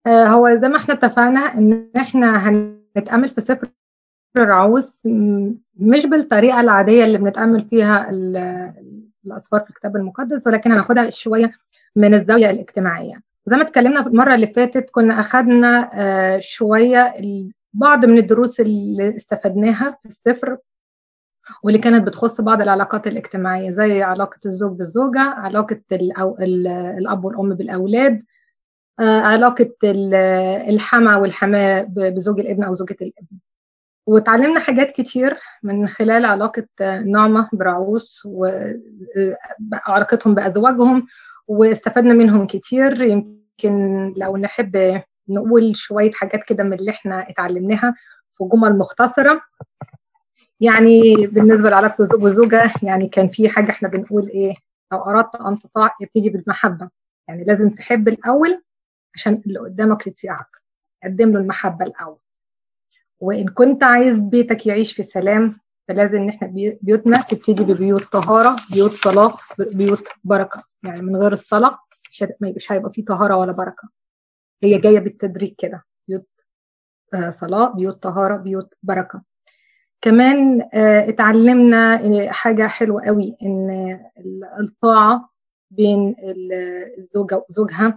هو زي ما احنا اتفقنا ان احنا هنتأمل في سفر الرعوس، مش بالطريقة العادية اللي بنتأمل فيها الأسفار في الكتاب المقدس، ولكن هناخدها شوية من الزاوية الاجتماعية. زي ما اتكلمنا في المرة اللي فاتت كنا أخدنا شوية بعض من الدروس اللي استفدناها في السفر، واللي كانت بتخص بعض العلاقات الاجتماعية، زي علاقة الزوج بالزوجة، علاقة الأب والأم بالأولاد، علاقة الحما والحماة بزوج الابن أو زوجة الابن. وتعلمنا حاجات كتير من خلال علاقة نعمة برعوس وعلاقتهم بأزواجهم، واستفدنا منهم كتير. يمكن لو نحب نقول شوية حاجات كده من اللي احنا اتعلمناها في جمل مختصرة. يعني بالنسبة لعلاقة الزوج والزوجة، يعني كان في حاجة احنا بنقول ايه: لو أردت أن تطاع يبتدي بالمحبة. يعني لازم تحب الأول عشان اللي قدامك يطيعك، قدم له المحبة الأول. وإن كنت عايز بيتك يعيش في سلام، فلازم إن إحنا بيوتنا تبتدي ببيوت طهارة، بيوت صلاة، بيوت بركة. يعني من غير الصلاة مش هيبقى فيه طهارة ولا بركة، هي جاية بالتدريج كده: بيوت صلاة، بيوت طهارة، بيوت بركة. كمان اتعلمنا حاجة حلوة قوي، إن الطاعة بين الزوجة وزوجها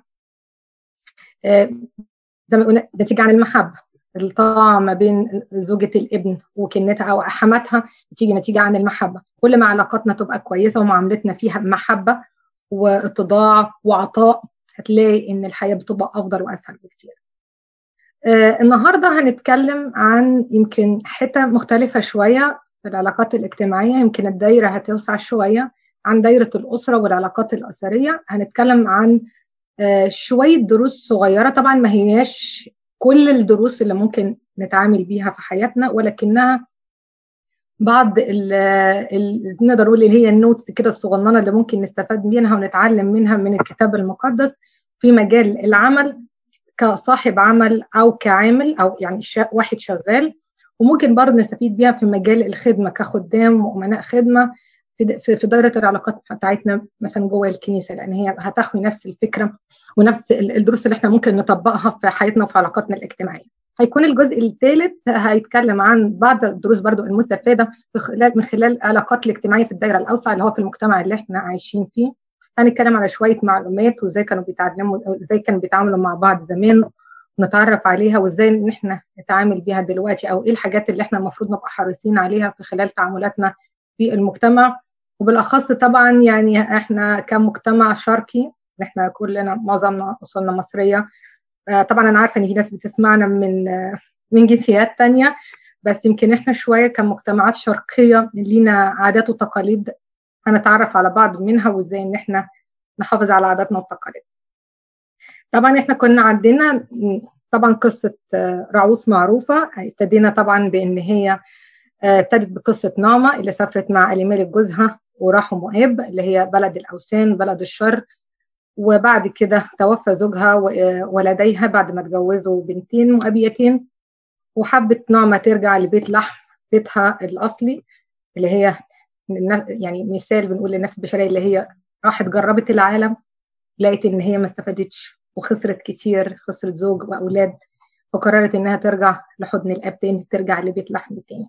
زي ما قلنا نتيجة عن المحبة. الطاعة ما بين زوجة الابن وكنتها أو حماتها بتيجي نتيجة عن المحبة. كل ما علاقاتنا تبقى كويسة ومعاملتنا فيها محبة واتضاع وعطاء، هتلاقي إن الحياة بتبقى أفضل وأسهل بكتير. النهاردة هنتكلم عن يمكن حتة مختلفة شوية في العلاقات الاجتماعية. يمكن الدايرة هتوسع شوية عن دايرة الأسرة والعلاقات الأسرية. هنتكلم عن شوية دروس صغيرة، طبعا ما هياش كل الدروس اللي ممكن نتعامل بيها في حياتنا، ولكنها بعض نقدر نقول اللي هي النوتس كده الصغننة اللي ممكن نستفاد منها ونتعلم منها من الكتاب المقدس في مجال العمل، كصاحب عمل أو كعامل أو يعني واحد شغال. وممكن برضه نستفيد بيها في مجال الخدمة كخدام وأمناء خدمة في دائرة العلاقات بتاعتنا مثلا جوه الكنيسة، لأن هي هتحوي نفس الفكرة ونفس الدروس اللي احنا ممكن نطبقها في حياتنا وفي علاقاتنا الاجتماعية. هيكون الجزء الثالث هيتكلم عن بعض الدروس برضو المستفادة من خلال العلاقات الاجتماعية في الدائرة الأوسع اللي هو في المجتمع اللي احنا عايشين فيه. هنتكلم على شوية معلومات وازاي كانوا بيتعلموا، ازاي كانوا بيتعاملوا مع بعض زمان ونتعرف عليها، وازاي ان احنا نتعامل بيها دلوقتي، او ايه الحاجات اللي احنا المفروض نبقى حريصين عليها في خلال تعاملاتنا في المجتمع. وبالاخص طبعا يعني احنا كمجتمع شرقي، احنا كلنا معظمنا اصولنا مصريه. طبعا انا عارفه ان في ناس بتسمعنا من جنسيات تانية، بس يمكن احنا شويه كمجتمعات شرقيه لينا عادات وتقاليد هنتعرف على بعض منها، وازاي ان احنا نحافظ على عاداتنا والتقاليد. طبعا احنا كنا عندنا طبعا قصه رعوس معروفه. ابتدينا طبعا بان هي ابتدت بقصه نعمه اللي سافرت مع أليميلك جوزها وراحوا مؤاب اللي هي بلد الاوثان، بلد الشر. وبعد كده توفى زوجها وولديها بعد ما اتجوزوا بنتين مؤبيتين، وحبت نعمة ترجع لبيت لحم، بيتها الأصلي اللي هي يعني مثال بنقول للنفس البشرية اللي هي راحت جربت العالم، لقيت إن هي ما استفادتش وخسرت كتير، خسرت زوج وأولاد، فقررت إنها ترجع لحضن الأب تاني، ترجع لبيت لحم تاني.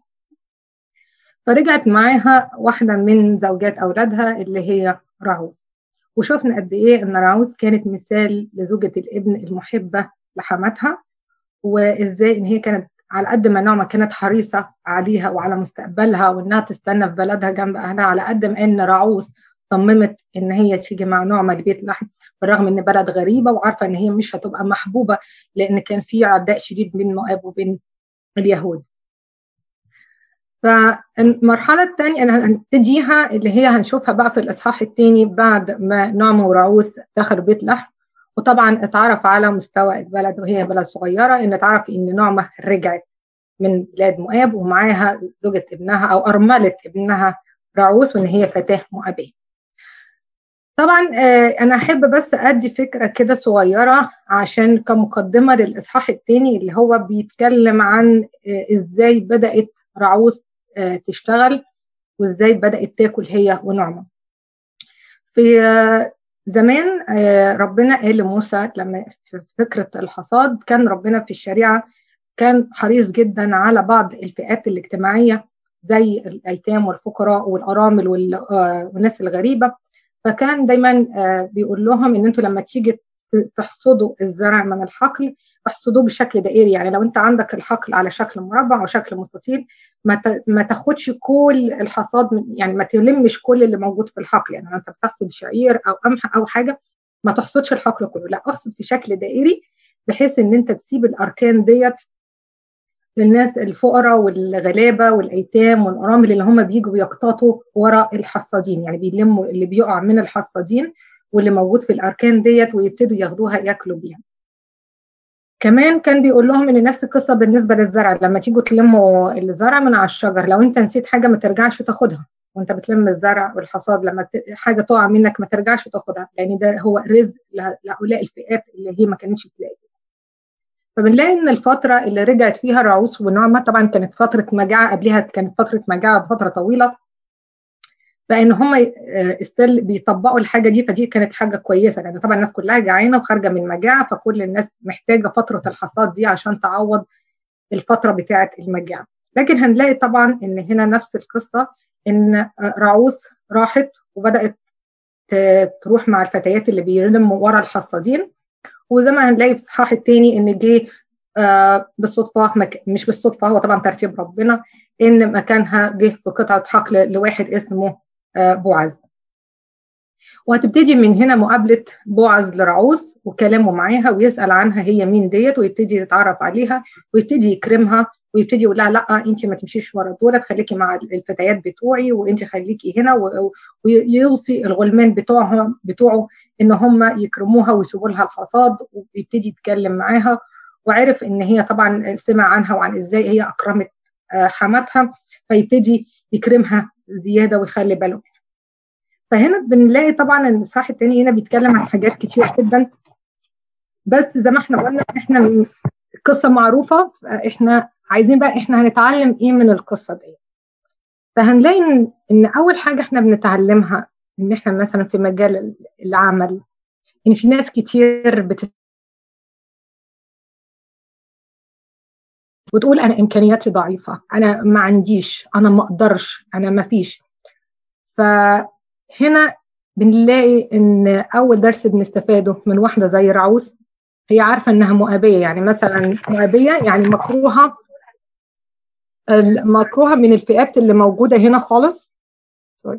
فرجعت معاها واحدة من زوجات أولادها اللي هي رعوس. وشوفنا قد إيه إن رعوس كانت مثال لزوجة الابن المحبة لحماتها، وإزاي إن هي كانت على قد ما نعمة كانت حريصة عليها وعلى مستقبلها وإنها تستنى في بلدها جنب أهلها، على قد ما إن رعوس صممت إن هي تيجي مع نعمة لبيت لحم، بالرغم إن بلد غريبة وعارفة إن هي مش هتبقى محبوبة، لأن كان في عداء شديد بين مؤاب وبين اليهود. فالمرحلة الثانية أنا هنبتديها اللي هي هنشوفها بقى في الإصحاح الثاني بعد ما نعمة ورعوس دخلوا بيت لحم. وطبعا اتعرف على مستوى البلد، وهي بلد صغيرة، إن اتعرف إن نعمة رجعت من بلاد مؤاب ومعاها زوجة ابنها أو أرملة ابنها رعوس، وإن هي فتاة مؤابية. طبعا أنا أحب بس أدي فكرة كده صغيرة عشان كمقدمة للإصحاح الثاني اللي هو بيتكلم عن إزاي بدأت رعوس تشتغل، وإزاي بدأت تاكل هي ونعمة. في زمان ربنا قال لموسى لما في فكرة الحصاد، كان ربنا في الشريعة كان حريص جدا على بعض الفئات الاجتماعية زي الأيتام والفقراء والأرامل والناس الغريبة. فكان دايما بيقول لهم إن أنتوا لما تيجي تحصدوا الزرع من الحقل تحصدوه بشكل دائري. يعني لو أنت عندك الحقل على شكل مربع أو شكل مستطيل ما تاخدش كل الحصاد، يعني ما تلمش كل اللي موجود في الحقل. يعني انت بتحصد شعير او قمح او حاجه ما تحصدش الحقل كله، لا احصد في شكل دائري بحيث ان انت تسيب الاركان ديت للناس الفقراء والغلابه والايتام والارامل اللي هم بيجوا يقتطوا وراء الحصادين، يعني بيلموا اللي بيقع من الحصادين واللي موجود في الاركان ديت ويبتدوا ياخدوها ياكلوا بيها. كمان كان بيقول لهم ان نفس القصه بالنسبه للزرع، لما تيجوا تلموا الزرع من على الشجر لو انت نسيت حاجه ما ترجعش تاخدها وانت بتلم الزرع والحصاد، لما حاجه تقع منك ما ترجعش تاخدها، لان ده هو رزق لهؤلاء الفئات اللي هي ما كانتش بتلاقي. فبنلاقي ان الفتره اللي رجعت فيها الرعوس والنعمه، طبعا كانت فتره مجاعه، قبلها كانت فتره مجاعه بفتره طويله، فان هم استيل بيطبقوا الحاجه دي، فدي كانت حاجه كويسه لان طبعا الناس كلها جعانه وخارجه من مجاعه، فكل الناس محتاجه فتره الحصاد دي عشان تعوض الفتره بتاعه المجاعه. لكن هنلاقي طبعا ان هنا نفس القصه، ان رعوس راحت وبدات تروح مع الفتيات اللي بيلموا ورا الحصادين، وزي ما هنلاقي في الصحاح الثاني ان دي بالصدفه، مش بالصدفه، هو طبعا ترتيب ربنا، ان مكانها جه في قطعه حقل لواحد اسمه بوعز. وهتبتدي من هنا مقابله بوعز لرعوس وكلامه معاها ويسال عنها هي مين ديت، ويبتدي يتعرف عليها ويبتدي يكرمها ويبتدي يقول لها لا انت ما تمشيش ورا دولت، خليكي مع الفتيات بتوعي وانت خليكي هنا، ويوصي الغلمان بتوعه ان هم يكرموها ويسيبوا لها الحصاد، ويبتدي يتكلم معاها. وعرف ان هي طبعا سمع عنها وعن ازاي هي اكرمت حماتها، فيبتدي يكرمها زياده ويخلي باله. فهنا بنلاقي طبعا الاصحاح الثاني هنا بيتكلم عن حاجات كتير جدا، بس زي ما احنا قلنا احنا القصه معروفه، احنا عايزين بقى احنا هنتعلم ايه من القصه دي. فهنلاقي ان اول حاجه احنا بنتعلمها ان احنا مثلا في مجال العمل ان في ناس كتير بتقول انا امكانياتي ضعيفه، انا ما عنديش، انا ما اقدرش، انا ما فيش. فهنا بنلاقي ان اول درس بنستفاده من واحده زي رعوس، هي عارفه انها مؤابيه، يعني مثلا مؤابيه يعني مكروهه من الفئات اللي موجوده هنا خالص. سوري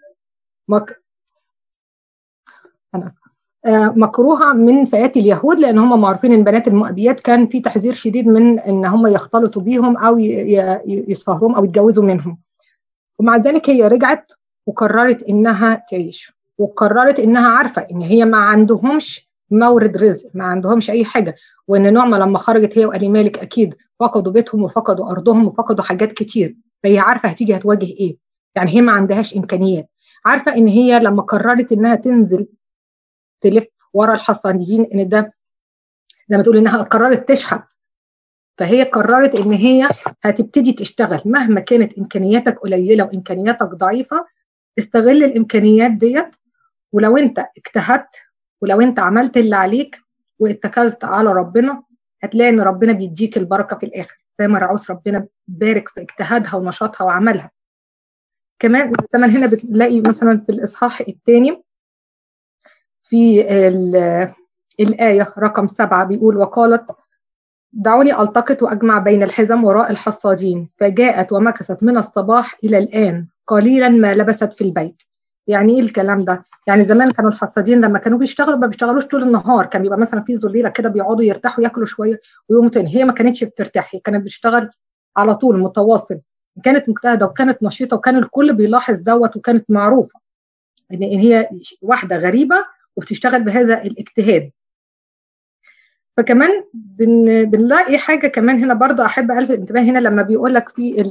انا اسفه. مكروهه من فئات اليهود، لان هم معروفين ان بنات المؤابيات كان في تحذير شديد من ان هم يختلطوا بيهم او يصهروهم او يتجوزوا منهم. ومع ذلك هي رجعت وقررت انها تعيش، وقررت انها عارفه ان هي ما عندهمش مورد رزق، ما عندهمش اي حاجه، وان نعمه لما خرجت هي وآل مالك اكيد فقدوا بيتهم وفقدوا ارضهم وفقدوا حاجات كتير، فهي عارفه هتيجي هتواجه ايه. يعني هي ما عندهاش امكانيات، عارفه ان هي لما قررت انها تنزل تلف ورا الحصانيين ان ده زي ما تقول انها قررت تشحت، فهي قررت ان هي هتبتدي تشتغل مهما كانت امكانياتك قليله وامكانياتك ضعيفه، استغل الامكانيات ديت، ولو انت اجتهدت ولو انت عملت اللي عليك واتكلت على ربنا هتلاقي ان ربنا بيديك البركه في الاخر، زي ما رعوس ربنا بارك في اجتهادها ونشاطها وعملها. كمان هنا بتلاقي مثلا في الاصحاح الثاني في الآية رقم 7 بيقول وقالت دعوني ألتقط وأجمع بين الحزم وراء الحصادين، فجاءت ومكثت من الصباح إلى الآن قليلا ما لبست في البيت. يعني إيه الكلام ده؟ يعني زمان كانوا الحصادين لما كانوا بيشتغلوا ما بيشتغلوش طول النهار، كان بيبقى مثلا في ظليلة كده بيقعدوا يرتاحوا ياكلوا شوية ويقوموا تاني. هي ما كانتش بترتاح، هي كانت بتشتغل على طول متواصل، كانت مجتهدة وكانت نشيطة وكان الكل بيلاحظ دوت، وكانت معروفة إن هي واحدة غريبة وبتشتغل بهذا الاجتهاد. فكمان بنلاقي حاجه كمان هنا برضه احب الفت الانتباه هنا لما بيقول لك في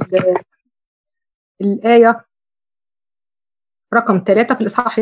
الايه رقم 3 في الاصحاح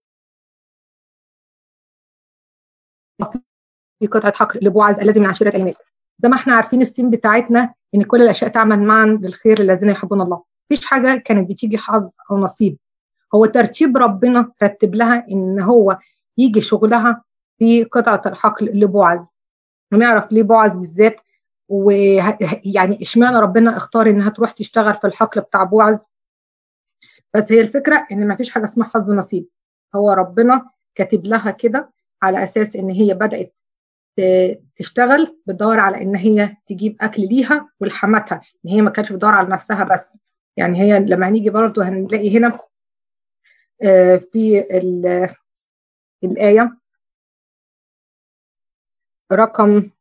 في قطعه حقل لبوعز الذي من عشيره ايمان. زي ما احنا عارفين السين بتاعتنا ان كل الاشياء تعمل معا للخير الذين يحبون الله، مفيش حاجه كانت بتيجي حظ او نصيب، هو ترتيب ربنا رتب لها ان هو يجي شغلها في قطعه الحقل لبوعز، ونعرف ليه بوعز بالذات، ويعني اشمعنى ربنا اختار انها تروح تشتغل في الحقل بتاع بوعز. بس هي الفكره ان ما فيش حاجه اسمها حظ نصيب، هو ربنا كاتب لها كده على اساس ان هي بدات تشتغل بتدور على ان هي تجيب اكل ليها ولحماتها، ان هي ما كانتش بتدور على نفسها بس. يعني هي لما هنيجي برضو هنلاقي هنا في الآية رقم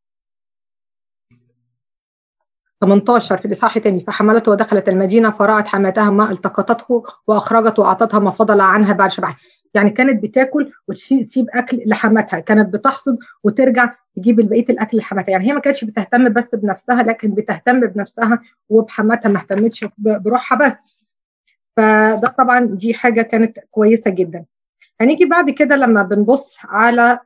18 في الإصحاح الثاني، فحملته ودخلت المدينة فرأت حماتها ما التقطته وأخرجت وأعطتها ما فضل عنها بعد شبعها. يعني كانت بتاكل وتسيب أكل لحماتها، كانت بتحصد وترجع تجيب بقية الأكل لحماتها. يعني هي ما كانتش بتهتم بس بنفسها، لكن بتهتم بنفسها وبحماتها، ما اهتمتش بروحها بس. فده طبعا دي حاجة كانت كويسة جدا. هنيجي بعد كده لما بنبص على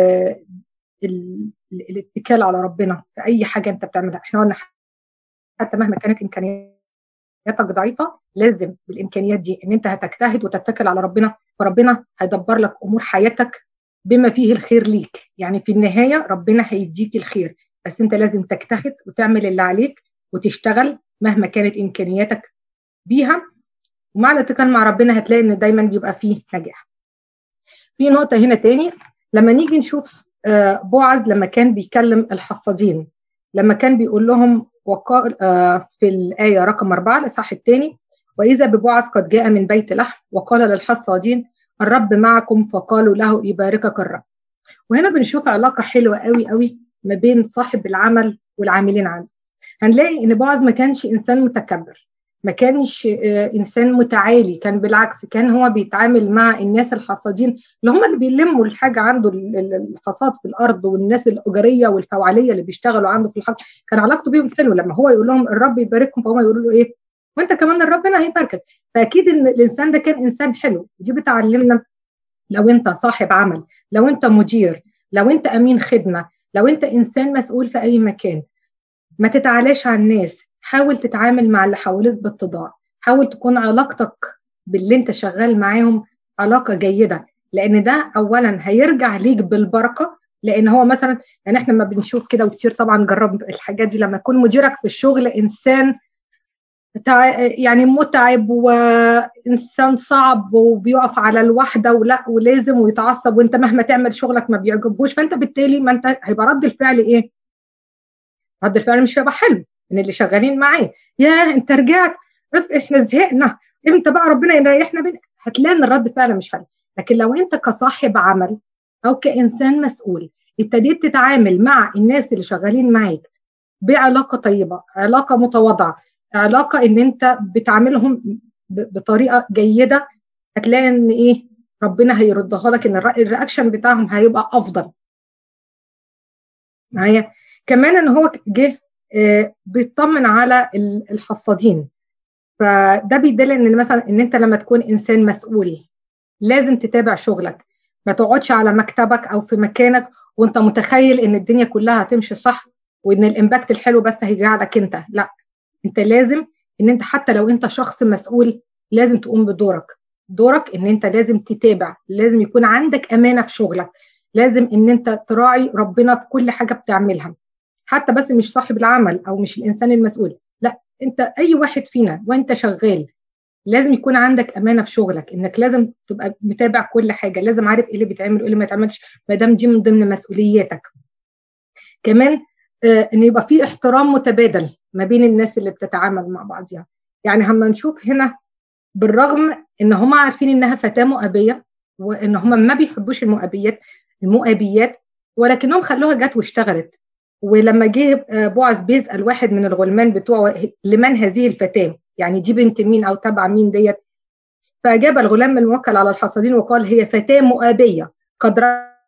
الاتكال على ربنا في اي حاجه انت بتعملها. احنا قلنا حتى مهما كانت امكانياتك ضعيفه، لازم بالامكانيات دي ان انت هتجتهد وتتكل على ربنا، فربنا هيدبر لك امور حياتك بما فيه الخير ليك. يعني في النهايه ربنا هيديك الخير، بس انت لازم تجتهد وتعمل اللي عليك وتشتغل مهما كانت امكانياتك بيها، ومع الاتكال مع ربنا هتلاقي ان دايما بيبقى فيه نجاح. في نقطه هنا تاني لما نيجي نشوف بوعز لما كان بيكلم الحصادين، لما كان بيقول لهم وقال في الآية رقم 4 الإصحاح الثاني، وإذا ببوعز قد جاء من بيت لحم وقال للحصادين الرب معكم، فقالوا له يباركك الرب. وهنا بنشوف علاقة حلوة قوي قوي ما بين صاحب العمل والعاملين عنده. هنلاقي إن بوعز ما كانش إنسان متكبر، ما كانش انسان متعالي، كان بالعكس كان هو بيتعامل مع الناس الحصادين اللي هم اللي بيلموا الحاجه عنده، الحصاد في الارض، والناس الاجريه والفوعليه اللي بيشتغلوا عنده في الحقل، كان علاقته بيهم حلوه. لما هو يقول لهم الرب يبارككم فهم يقولوا له ايه؟ وانت كمان ربنا هيباركك. فاكيد ان الانسان ده كان انسان حلو. دي بتعلمنا لو انت صاحب عمل، لو انت مدير، لو انت امين خدمه، لو انت انسان مسؤول في اي مكان، ما تتعالاش على الناس، حاول تتعامل مع اللي حواليك باتضاع، حاول تكون علاقتك باللي انت شغال معاهم علاقة جيدة، لان ده اولا هيرجع ليك بالبركة. لان هو مثلا يعني احنا ما بنشوف كده وكتير طبعا جرب الحاجات دي، لما يكون مديرك في الشغل انسان يعني متعب وانسان صعب وبيقف على الواحده ولا ولازم ويتعصب، وانت مهما تعمل شغلك ما بيعجبوش، فانت بالتالي ما انت هيبقى رد الفعل ايه؟ رد الفعل مش هيبقى حلو من اللي شغالين معاه. ياه انت رجعت، احنا زهقنا، امتى بقى ربنا يريحنا بينا؟ هتلاقي ان الرد فعل مش حلو. لكن لو انت كصاحب عمل او كانسان مسؤول ابتديت تتعامل مع الناس اللي شغالين معاك بعلاقه طيبه، علاقه متواضعه، علاقه ان انت بتعاملهم بطريقه جيده، هتلاقي ان ايه؟ ربنا هيردها لك، ان الرياكشن بتاعهم هيبقى افضل معايا. كمان ان هو جه بيطمن على الحصادين، فده بيدل ان مثلا ان انت لما تكون انسان مسؤول لازم تتابع شغلك، ما تقعدش على مكتبك او في مكانك وانت متخيل ان الدنيا كلها هتمشي صح وان الامباكت الحلو بس هيجي عليك انت. لا، انت لازم ان انت حتى لو انت شخص مسؤول لازم تقوم بدورك. دورك ان انت لازم تتابع، لازم يكون عندك امانه في شغلك، لازم ان انت تراعي ربنا في كل حاجه بتعملها. حتى بس مش صاحب العمل او مش الانسان المسؤول، لا، انت اي واحد فينا وانت شغال لازم يكون عندك امانه في شغلك، انك لازم تبقى متابع كل حاجه، لازم عارف ايه اللي بيتعمل وايه اللي ما يتعملش، ما دام دي من ضمن مسؤولياتك. كمان ان يبقى في احترام متبادل ما بين الناس اللي بتتعامل مع بعضها. يعني هم نشوف هنا بالرغم ان هم عارفين انها فتاه مؤابيه وان هم ما بيحبوش المؤابيات، ولكنهم خلوها جت واشتغلت. ولما جه بوعز بيسال واحد من الغلمان بتوعه لمن هذه الفتاه، يعني دي بنت مين او تبع مين ديت، فاجاب الغلام الموكل على الحصادين وقال هي فتاه مؤابيه قد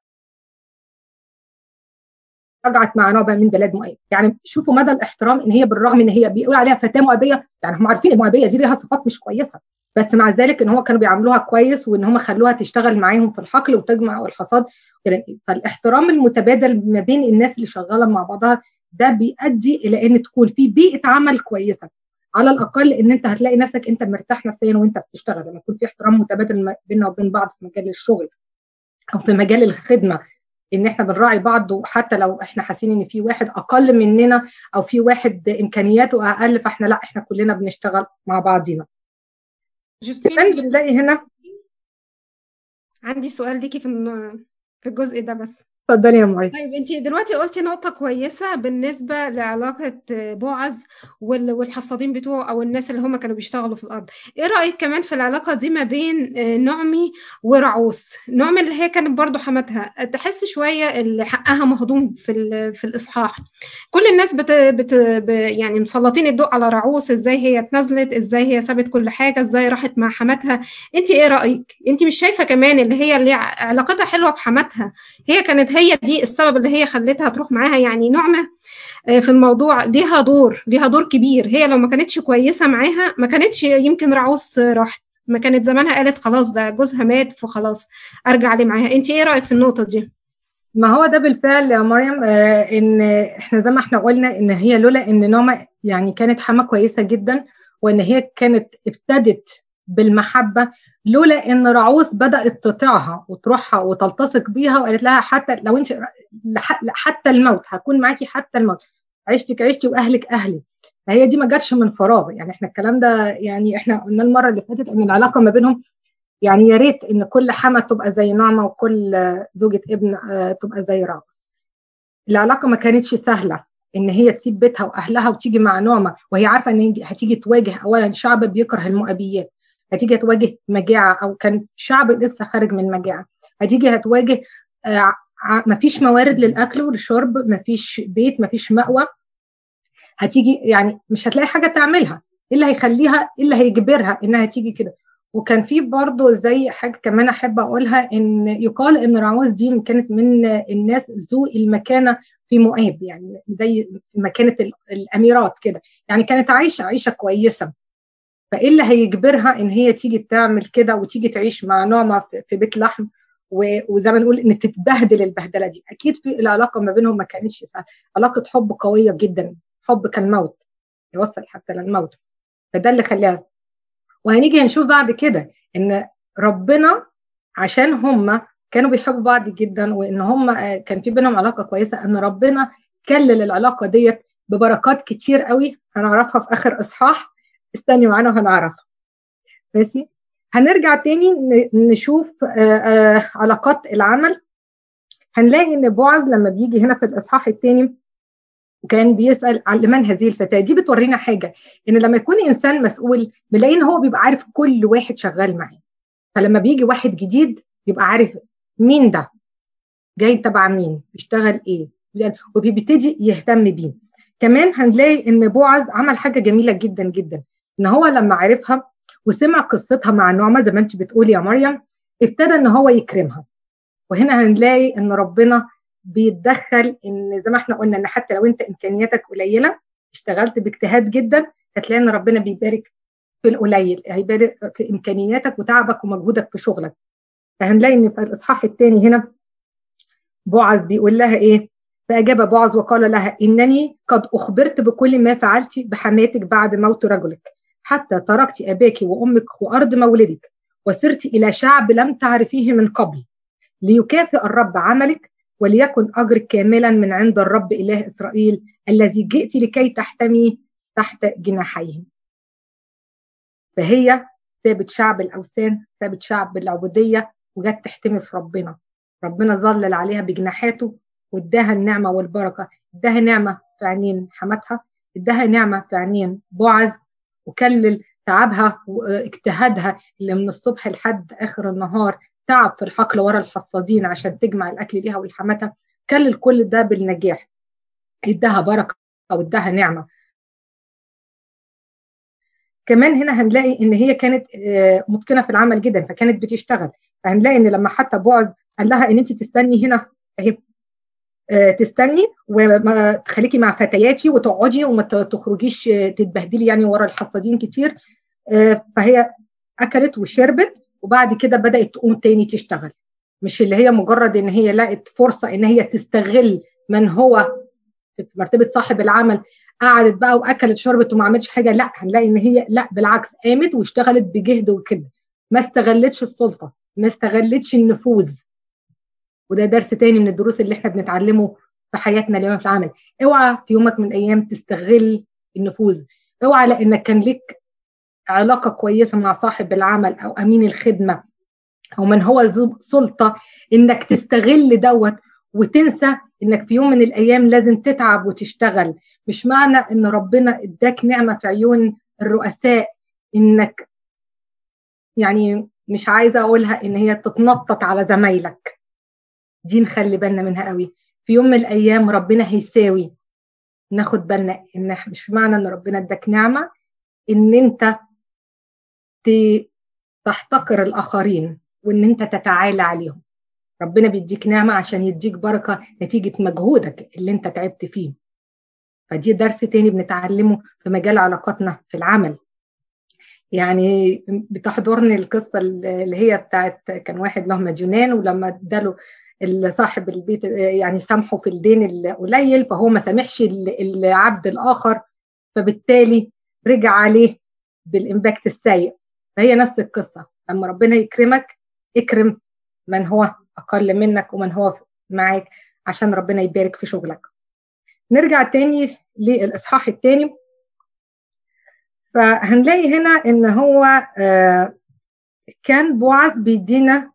رجعت مع نوبه من بلاد مؤاب. يعني شوفوا مدى الاحترام، ان هي بالرغم ان هي بيقول عليها فتاه مؤابيه، يعني هم عارفين المؤابيه دي ليها صفات مش كويسه، بس مع ذلك ان هم كانوا بيعاملوها كويس وان هم خلوها تشتغل معاهم في الحقل وتجمع الحصاد. فالاحترام المتبادل ما بين الناس اللي شغاله مع بعضها ده بيؤدي الى ان تكون في بيئه عمل كويسه، على الاقل ان انت هتلاقي نفسك انت مرتاح نفسيا وانت بتشتغل لما يكون في احترام متبادل بيننا وبين بعض في مجال الشغل. او في مجال الخدمه، ان احنا بنراعي بعض، وحتى لو احنا حاسين ان في واحد اقل مننا او في واحد امكانياته اقل، فاحنا لا، احنا كلنا بنشتغل مع بعضينا. جوزفين، كمان بنلاقي هنا. عندي سؤال ليكي في الجزء ده بس. اتفضلي يا مريم. طيب انت دلوقتي قلتي نقطة كويسة بالنسبة لعلاقة بوعز والحصادين بتوعه او الناس اللي هم كانوا بيشتغلوا في الارض. ايه رأيك كمان في العلاقة دي ما بين نعمي ورعوس؟ نعمي اللي هي كانت برضو حماتها، تحس شوية اللي حقها مهضوم في الاصحاح. كل الناس يعني مسلطين الضوء على رعوس، ازاي هي اتنازلت، ازاي هي سابت كل حاجة، ازاي راحت مع حماتها. انت ايه رأيك؟ انت مش شايفة كمان اللي علاقتها حلوة بحماتها هي كانت هي دي السبب اللي هي خلتها تروح معاها؟ يعني نعمة في الموضوع ليها دور كبير. هي لو ما كانتش كويسة معاها ما كانتش يمكن رعوس راحت، ما كانت زمانها قالت خلاص ده جوزها مات فخلاص ارجع لي معاها. انت ايه رأيك في النقطة دي؟ ما هو ده بالفعل يا مريم، ان احنا زي ما احنا قلنا ان هي لولا ان نعمة يعني كانت حما كويسه جدا، وان هي كانت ابتدت بالمحبه، لولا ان رعوس بدات تطيعها وتروحها وتلتصق بيها وقالت لها حتى لو انت حتى الموت هكون معاكي، حتى الموت، عيشتك عيشتي واهلك اهلي. فهي دي ما جاتش من فراغ، يعني احنا الكلام ده يعني احنا قلنا المره اللي فاتت ان العلاقه ما بينهم، يعني يا ريت ان كل حما تبقى زي نعمة، وكل زوجة ابن تبقى زي رعوس. العلاقة ما كانتش سهلة ان هي تسيب بيتها واهلها وتيجي مع نعمة، وهي عارفة ان هتيجي تواجه اولا شعب بيكره المؤبيات، هتيجي تواجه مجاعة، او كان شعب لسه خارج من مجاعة، هتيجي هتواجه مفيش موارد للاكل والشرب، مفيش بيت، مفيش مأوى، هتيجي يعني مش هتلاقي حاجة تعملها. ايه اللي هيخليها، ايه اللي هيجبرها انها تيجي كده؟ وكان في برضه زي حاجه كمان احب اقولها، ان يقال ان رعوز دي كانت من الناس ذو المكانه في مؤاب، يعني زي مكانه الاميرات كده، يعني كانت عايشه عيشه كويسه. فايه اللي هيجبرها ان هي تيجي تعمل كده وتيجي تعيش مع نعمه في بيت لحم، وزي ما نقول ان تتبهدل البهدله دي؟ اكيد في العلاقه ما بينهم ما كانتش سهله، علاقه حب قويه جدا، حب كالموت، يوصل حتى للموت. فده اللي خلاها. وهنيجي هنشوف بعد كده ان ربنا عشان هم كانوا بيحبوا بعض جدا، وان هم كان في بينهم علاقه كويسه، ان ربنا كلل العلاقه ديت ببركات كتير قوي هنعرفها في اخر اصحاح. استني معانا وهنعرفها. ماشي. هنرجع تاني نشوف علاقات العمل. هنلاقي ان بوعز لما بيجي هنا في الاصحاح الثاني وكان بيسال عن لمن هذه الفتاه دي، بتورينا حاجه، ان لما يكون انسان مسؤول بنلاقي ان هو بيبقى عارف كل واحد شغال معاه. فلما بيجي واحد جديد يبقى عارف مين ده، جاي تبع مين، بيشتغل ايه، وبيبتدي يهتم بيه. كمان هنلاقي ان بوعز عمل حاجه جميله جدا جدا، ان هو لما عرفها وسمع قصتها مع نعمه زي ما انت بتقولي يا مريم، ابتدى ان هو يكرمها. وهنا هنلاقي ان ربنا بيتدخل، ان زي ما احنا قلنا ان حتى لو انت امكانياتك قليله اشتغلت باجتهاد جدا، هتلاقي ان ربنا بيبارك في القليل، هيبارك في امكانياتك وتعبك ومجهودك في شغلك. فهنلاقي ان في الاصحاح الثاني هنا بوعز بيقول لها ايه؟ فاجاب بوعز وقال لها انني قد اخبرت بكل ما فعلت بحماتك بعد موت رجلك، حتى تركت اباك وامك وارض مولدك وسرت الى شعب لم تعرفيه من قبل، ليكافئ الرب عملك، وليكن أجرك كاملا من عند الرب إله إسرائيل الذي جئت لكي تحتمي تحت جناحيه. فهي سابت شعب الأوثان، سابت شعب العبودية، وجت تحتمي في ربنا. ربنا ظلل عليها بجناحاته واداها النعمة والبركة، اداها نعمة في عينين حماتها، اداها نعمة في عينين بوعز، وكلل تعبها واجتهادها اللي من الصبح لحد آخر النهار، تعب في الحقل ورا الحصادين عشان تجمع الأكل ليها ولحماتها، كلل كل ده بالنجاح، اداها بركة واداها نعمة. كمان هنا هنلاقي ان هي كانت متقنه في العمل جدا، فكانت بتشتغل. فهنلاقي ان لما حتى بوعز قال لها ان انت تستني هنا اهي، تستني وما تخليكي مع فتياتي وتقعدي وما تخرجيش تتبهدلي يعني ورا الحصادين كتير. فهي اكلت وشربت، وبعد كده بدات تقوم تاني تشتغل. مش اللي هي مجرد ان هي لقت فرصه ان هي تستغل من هو في مرتبه صاحب العمل، قعدت بقى واكلت شربت وما عملتش حاجه. لا، هنلاقي ان هي لا، بالعكس، قامت واشتغلت بجهد وكده، ما استغلتش السلطه، ما استغلتش النفوذ، وده درس تاني من الدروس اللي احنا بنتعلمه في حياتنا اليومية في العمل. اوعى في يومك من الايام تستغل النفوذ، اوعى لانك كان لك علاقة كويسة مع صاحب العمل او امين الخدمة او من هو ذو سلطة انك تستغل دوت وتنسى انك في يوم من الايام لازم تتعب وتشتغل. مش معنى ان ربنا اداك نعمة في عيون الرؤساء انك يعني مش عايزة اقولها ان هي تتنطط على زمايلك، دي نخلي بالنا منها قوي. في يوم من الايام ربنا هيساوي، ناخد بالنا ان مش معنى ان ربنا اداك نعمة ان انت تحتقر الاخرين وان انت تتعالى عليهم. ربنا بيديك نعمة عشان يديك بركة نتيجة مجهودك اللي انت تعبت فيه. فدي درس تاني بنتعلمه في مجال علاقاتنا في العمل. يعني بتحضرني القصة اللي هي بتاعت كان واحد له مديونان، ولما اداله صاحب البيت يعني سامحه في الدين القليل، فهو ما سامحش العبد الآخر، فبالتالي رجع عليه بالإمباكت السيء. فهي نفس القصة، لما ربنا يكرمك اكرم من هو أقل منك ومن هو معاك عشان ربنا يبارك في شغلك. نرجع تاني للإصحاح التاني، فهنلاقي هنا إن هو كان بوعز بيدينا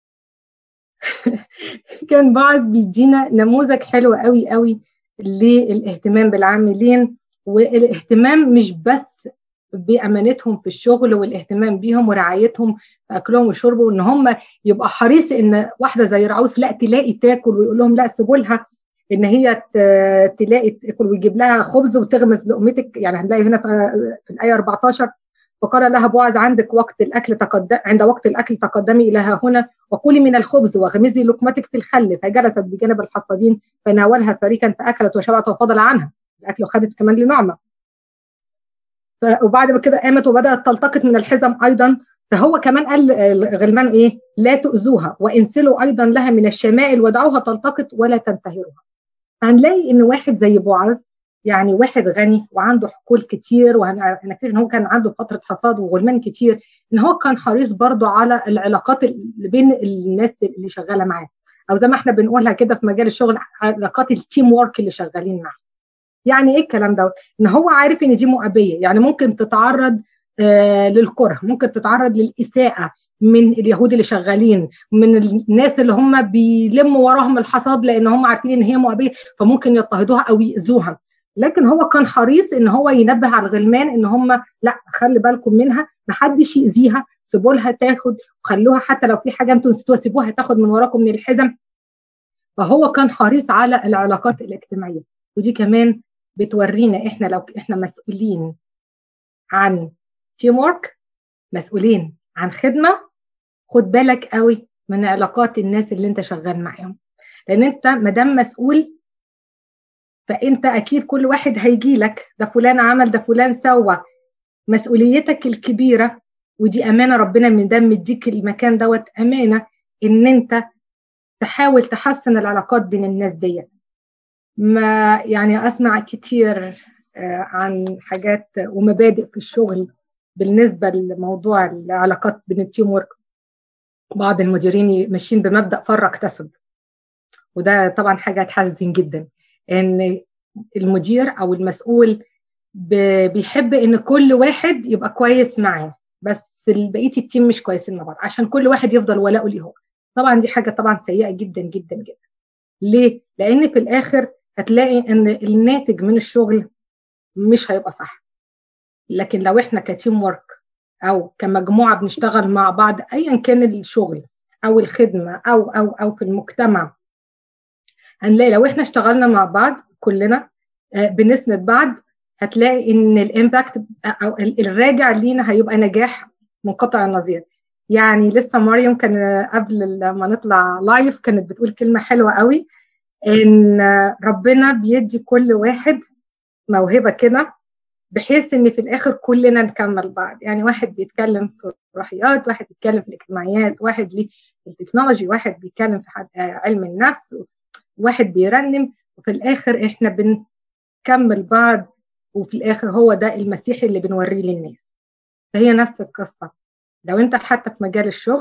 كان بوعز بيدينا نموذج حلو قوي قوي للاهتمام بالعاملين، والاهتمام مش بس بأمانتهم في الشغل والاهتمام بيهم ورعايتهم في أكلهم وشربهم، وإن هم يبقى حريص إن واحدة زي رعوس لا تلاقي تاكل ويقول لهم لا سيبوا لها إن هي تلاقي تاكل ويجيب لها خبز وتغمس لقمتك. يعني هنلاقي هنا في الآية 14 فقال لها بوعز عند وقت الأكل تقدمي إلى هنا وكلي من الخبز واغمزي لقمتك في الخل. فجلست بجانب الحصادين فناولها فريقا فأكلت وشبعت وفضل عنها الأكل وخدت كمان لنعمة. وبعد كده قامت وبدأت تلتقط من الحزم أيضا. فهو كمان قال الغلمان إيه؟ لا تؤذوها وانسلوا أيضا لها من الشمائل ودعوها تلتقط ولا تنتهرها. هنلاقي إن واحد زي بوعز يعني واحد غني وعنده حقول كتير، وهنكتشف ان هو كان عنده فتره حصاد وغلمان كتير، ان هو كان حريص برضو على العلاقات اللي بين الناس اللي شغاله معاه، او زي ما احنا بنقولها كده في مجال الشغل علاقات التيم وورك اللي شغالين معاه. يعني ايه الكلام ده؟ ان هو عارف ان دي مؤبيه، يعني ممكن تتعرض للكره، ممكن تتعرض للاساءه من اليهود اللي شغالين، من الناس اللي هم بيلموا وراهم الحصاد لان هم عارفين ان هي مؤبيه فممكن يضطهدوها او يؤذوها. لكن هو كان حريص ان هو ينبه على الغلمان ان هم لا خلي بالكم منها، ما حدش يأذيها، سيبوا لها تاخد وخلوها حتى لو في حاجه انتوا نسيتوها سيبوها تاخد من وراكم من الحزم. فهو كان حريص على العلاقات الاجتماعيه. ودي كمان بتورينا احنا لو احنا مسؤولين عن تيم وورك، مسؤولين عن خدمه، خد بالك قوي من علاقات الناس اللي انت شغال معاهم، لان انت ما دام مسؤول فانت اكيد كل واحد هيجي لك ده فلان عمل ده فلان سوى. مسؤوليتك الكبيره ودي امانه ربنا من دم مديك المكان دوت امانه ان انت تحاول تحسن العلاقات بين الناس ديت. ما يعني اسمع كتير عن حاجات ومبادئ في الشغل بالنسبه لموضوع العلاقات بين التيم ورك. بعض المديرين ماشيين بمبدأ فرق تسد، وده طبعا حاجه تحزن جدا ان المدير او المسؤول بيحب ان كل واحد يبقى كويس معاه بس بقيه التيم مش كويسين مع بعض عشان كل واحد يفضل ولاؤه ليه هو. طبعا دي حاجه طبعا سيئه جدا جدا جدا. ليه؟ لان في الاخر هتلاقي ان الناتج من الشغل مش هيبقى صح. لكن لو احنا كتيم ورك او كمجموعه بنشتغل مع بعض ايا كان الشغل او الخدمه او في المجتمع، هنلاقي لو احنا اشتغلنا مع بعض كلنا بنسند بعض، هتلاقي ان الامباكت او الراجع لينا هيبقى نجاح منقطع النظير. يعني لسه مريم كان قبل ما نطلع لايف كانت بتقول كلمه حلوه قوي، ان ربنا بيدي كل واحد موهبه كده بحيث ان في الاخر كلنا نكمل بعض. يعني واحد بيتكلم في الروحيات، واحد بيتكلم في الاجتماعيات، واحد ليه في التكنولوجي، واحد بيتكلم في علم النفس، واحد بيرنم، وفي الاخر احنا بنكمل بعض، وفي الاخر هو ده المسيح اللي بنوريه للناس. فهي نفس القصه. لو انت حتى في مجال الشغل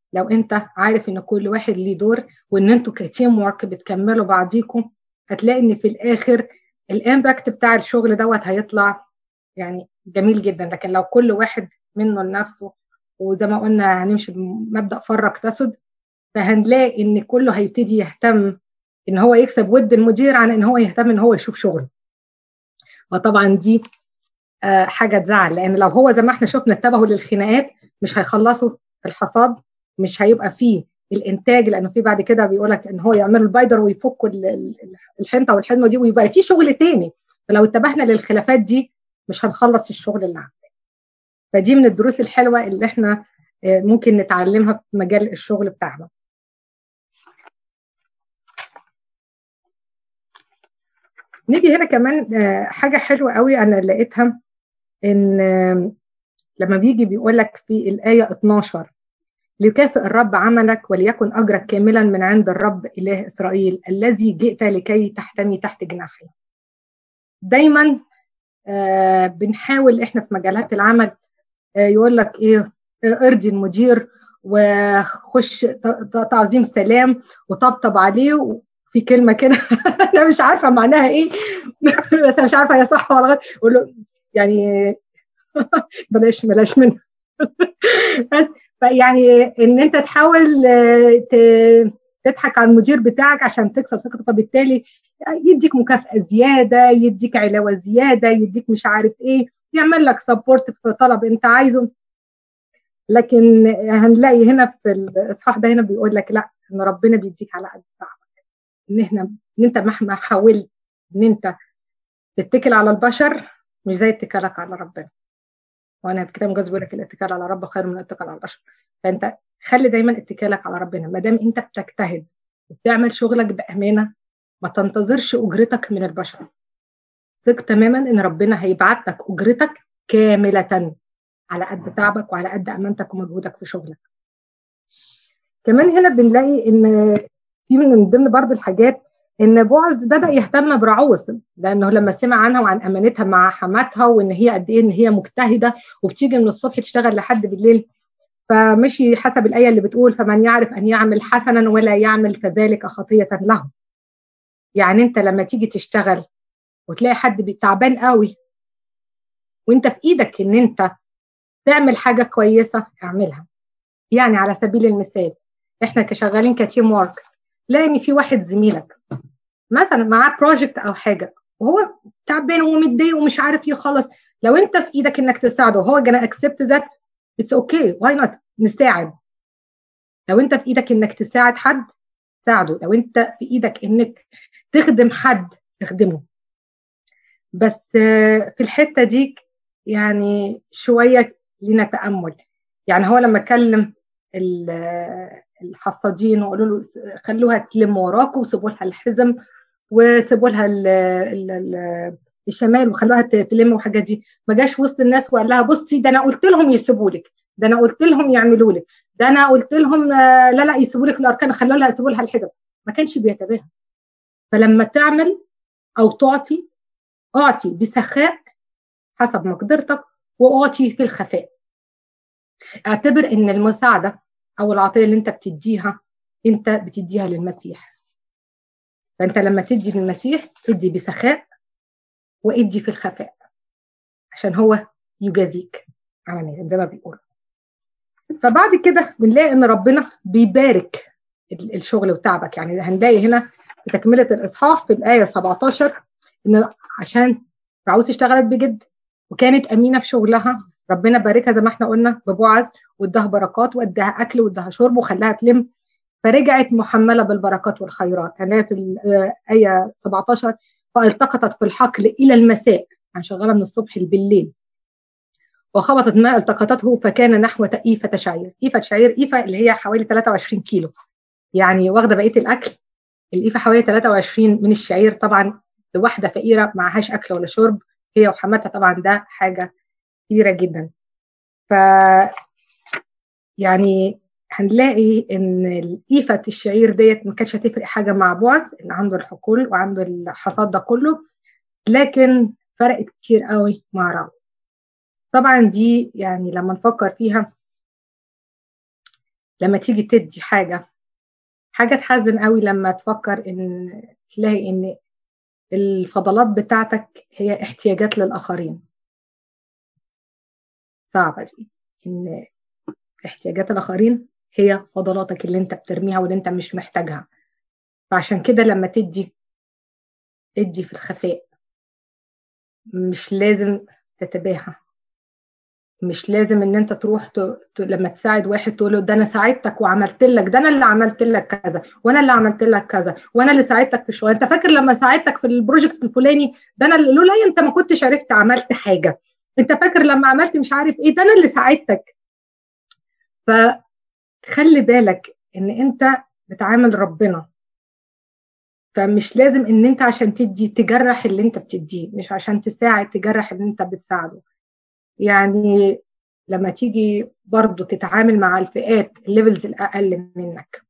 لو انت عارف ان كل واحد ليه دور وان انتوا كتيم ورك بتكملوا بعضيكم، هتلاقي ان في الاخر الامباكت بتاع الشغل دوت هيطلع يعني جميل جدا. لكن لو كل واحد منه لنفسه، وزي ما قلنا هنمشي بمبدأ فرق تسد، فهنلاقي ان كله هيبتدي يهتم ان هو يكسب ود المدير عن ان هو يهتم ان هو يشوف شغله. وطبعا دي حاجه تزعل، لان لو هو زي ما احنا شفنا اتبعوا للخناقات مش هيخلصوا الحصاد، مش هيبقى فيه الانتاج، لانه في بعد كده بيقول لك ان هو يعملوا البايدر ويفكوا الحنطه والحزمه دي ويبقى في شغل تاني. فلو اتبعنا للخلافات دي مش هنخلص الشغل اللي عندنا. فدي من الدروس الحلوه اللي احنا ممكن نتعلمها في مجال الشغل بتاعنا. نيجي هنا كمان حاجه حلوه قوي انا لقيتها، ان لما بيجي بيقول لك في الايه 12 ليكافئ الرب عملك وليكن اجرك كاملا من عند الرب اله اسرائيل الذي جئت لكي تحتمي تحت جناحه. دايما بنحاول احنا في مجالات العمل يقول لك ايه، ارضي المدير وخش تعظيم سلام وطبطب عليه. وفي كلمه كده انا مش عارفه معناها ايه بس مش عارفه هي صح ولا غلط، اقول له يعني بلاش منه بس يعني ان انت تحاول تضحك على المدير بتاعك عشان تكسب ثقته، فبالتالي يديك مكافأة زيادة، يديك علاوة زيادة، يديك مش عارف ايه، يعمل لك سبورت في طلب انت عايزه. لكن هنلاقي هنا في الاصحاح ده هنا بيقول لك لا، ان ربنا بيديك على قد تعبك، ان انت مهما حاولت ان انت تتكل على البشر مش زي اتكالك على ربنا. وانا الكتاب المقدس بيقول لك الاتكال على رب خير من الاتكال على البشر. فانت خلي دايما اتكالك على ربنا. ما دام انت بتجتهد وبتعمل شغلك بامانه، ما تنتظرش اجرتك من البشر. ثق تماما ان ربنا هيبعت لك اجرتك كامله على قد تعبك وعلى قد امانتك ومجهودك في شغلك. كمان هنا بنلاقي ان في من ضمن برضه الحاجات ان بوعز بدا يهتم برعوز، لانه لما سمع عنها وعن امانتها مع حماتها وان هي قد ايه ان هي مجتهده وبتيجي من الصبح تشتغل لحد بالليل، فمشي حسب الايه اللي بتقول فمن يعرف ان يعمل حسنا ولا يعمل فذلك خطيه له. يعني انت لما تيجي تشتغل وتلاقي حد تعبان قوي وانت في ايدك ان انت تعمل حاجه كويسه اعملها. يعني على سبيل المثال احنا كشغالين كتيم وورك، لاقي في واحد زميلك مثلا معاه بروجكت او حاجه وهو تعبان ومتضايق ومش عارف يخلص، لو انت في ايدك انك تساعده وهو جانا اكسبت ذات اتس اوكي، واي نوت، نساعد. لو انت في ايدك انك تساعد حد ساعده، لو انت في ايدك انك تخدم حد اخدمه. بس في الحته دي يعني شويه لنا تامل. يعني هو لما كلم الحصادين وقالوا له خلوها تلم وراكم وسيبوا لها الحزم وسيبوا لها الشمال وخلوها تلم وحاجات دي، ما جاش وسط الناس وقال لها بصي ده انا قلت لهم يسيبوا لك، ده انا قلت لهم يعملوا لك، ده انا قلت لهم لا يسيبوا لك الاركان، خلوا لها يسيبوا لها الحزم. ما كانش بيتباهى. فلما تعمل او اعطي بسخاء حسب مقدرتك واعطي في الخفاء. اعتبر ان المساعده او العطيه اللي انت بتديها انت بتديها للمسيح. فانت لما تدي للمسيح ادي بسخاء وادي في الخفاء عشان هو يجازيك على زي ما بيقول. فبعد كده بنلاقي ان ربنا بيبارك الشغل وتعبك. يعني هنلاقي هنا في تكمله الاصحاح في الايه 17 ان عشان رعوز اشتغلت بجد وكانت امينه في شغلها، ربنا باركها زي ما احنا قلنا ببوعز واداها بركات واداها اكل واداها شرب وخلاها تلم، فرجعت محمله بالبركات والخيرات. هنلاقي في الايه 17 فالتقطت في الحقل الى المساء، يعني شغاله من الصبح بالليل، وخبطت ما التقطته فكان نحو إيفة شعير. إيفة شعير، إيفة اللي هي حوالي 23 كيلو، يعني واخده بقيه الاكل. الإيفة حوالي 23 من الشعير، طبعا لواحده فقيره معهاش اكل ولا شرب هي وحماتها، طبعا ده حاجه كبيره جدا. ف يعني هنلاقي ان الإيفة الشعير ديت ما كانتش هتفرق حاجه مع بوعز اللي عنده الحقول وعنده الحصاد ده كله، لكن فرقت كتير قوي مع رعوز. طبعا دي يعني لما نفكر فيها لما تيجي تدي حاجة تحزن قوي لما تفكر ان تلاقي ان الفضلات بتاعتك هي احتياجات للآخرين. صعبة دي، ان احتياجات الآخرين هي فضلاتك اللي انت بترميها واللي انت مش محتاجها. فعشان كده لما ادي في الخفاء، مش لازم تتباهى، مش لازم ان انت تروح لما تساعد واحد تقول له ده انا ساعدتك وعملت لك، ده انا اللي عملت لك كذا، وانا اللي عملت لك كذا، وانا اللي ساعدتك في الشغل، انت فاكر لما ساعدتك في البروجكت الفلاني ده انا اللي، لولا انت ما كنتش عرفت عملت حاجه، انت فاكر لما عملت مش عارف ايه ده انا اللي ساعدتك. فخلي بالك ان انت بتعامل ربنا، فمش لازم ان انت عشان تدي تجرح اللي انت بتديه، مش عشان تساعد تجرح اللي انت بتساعده. يعني لما تيجي برضو تتعامل مع الفئات الليفلز الأقل منك،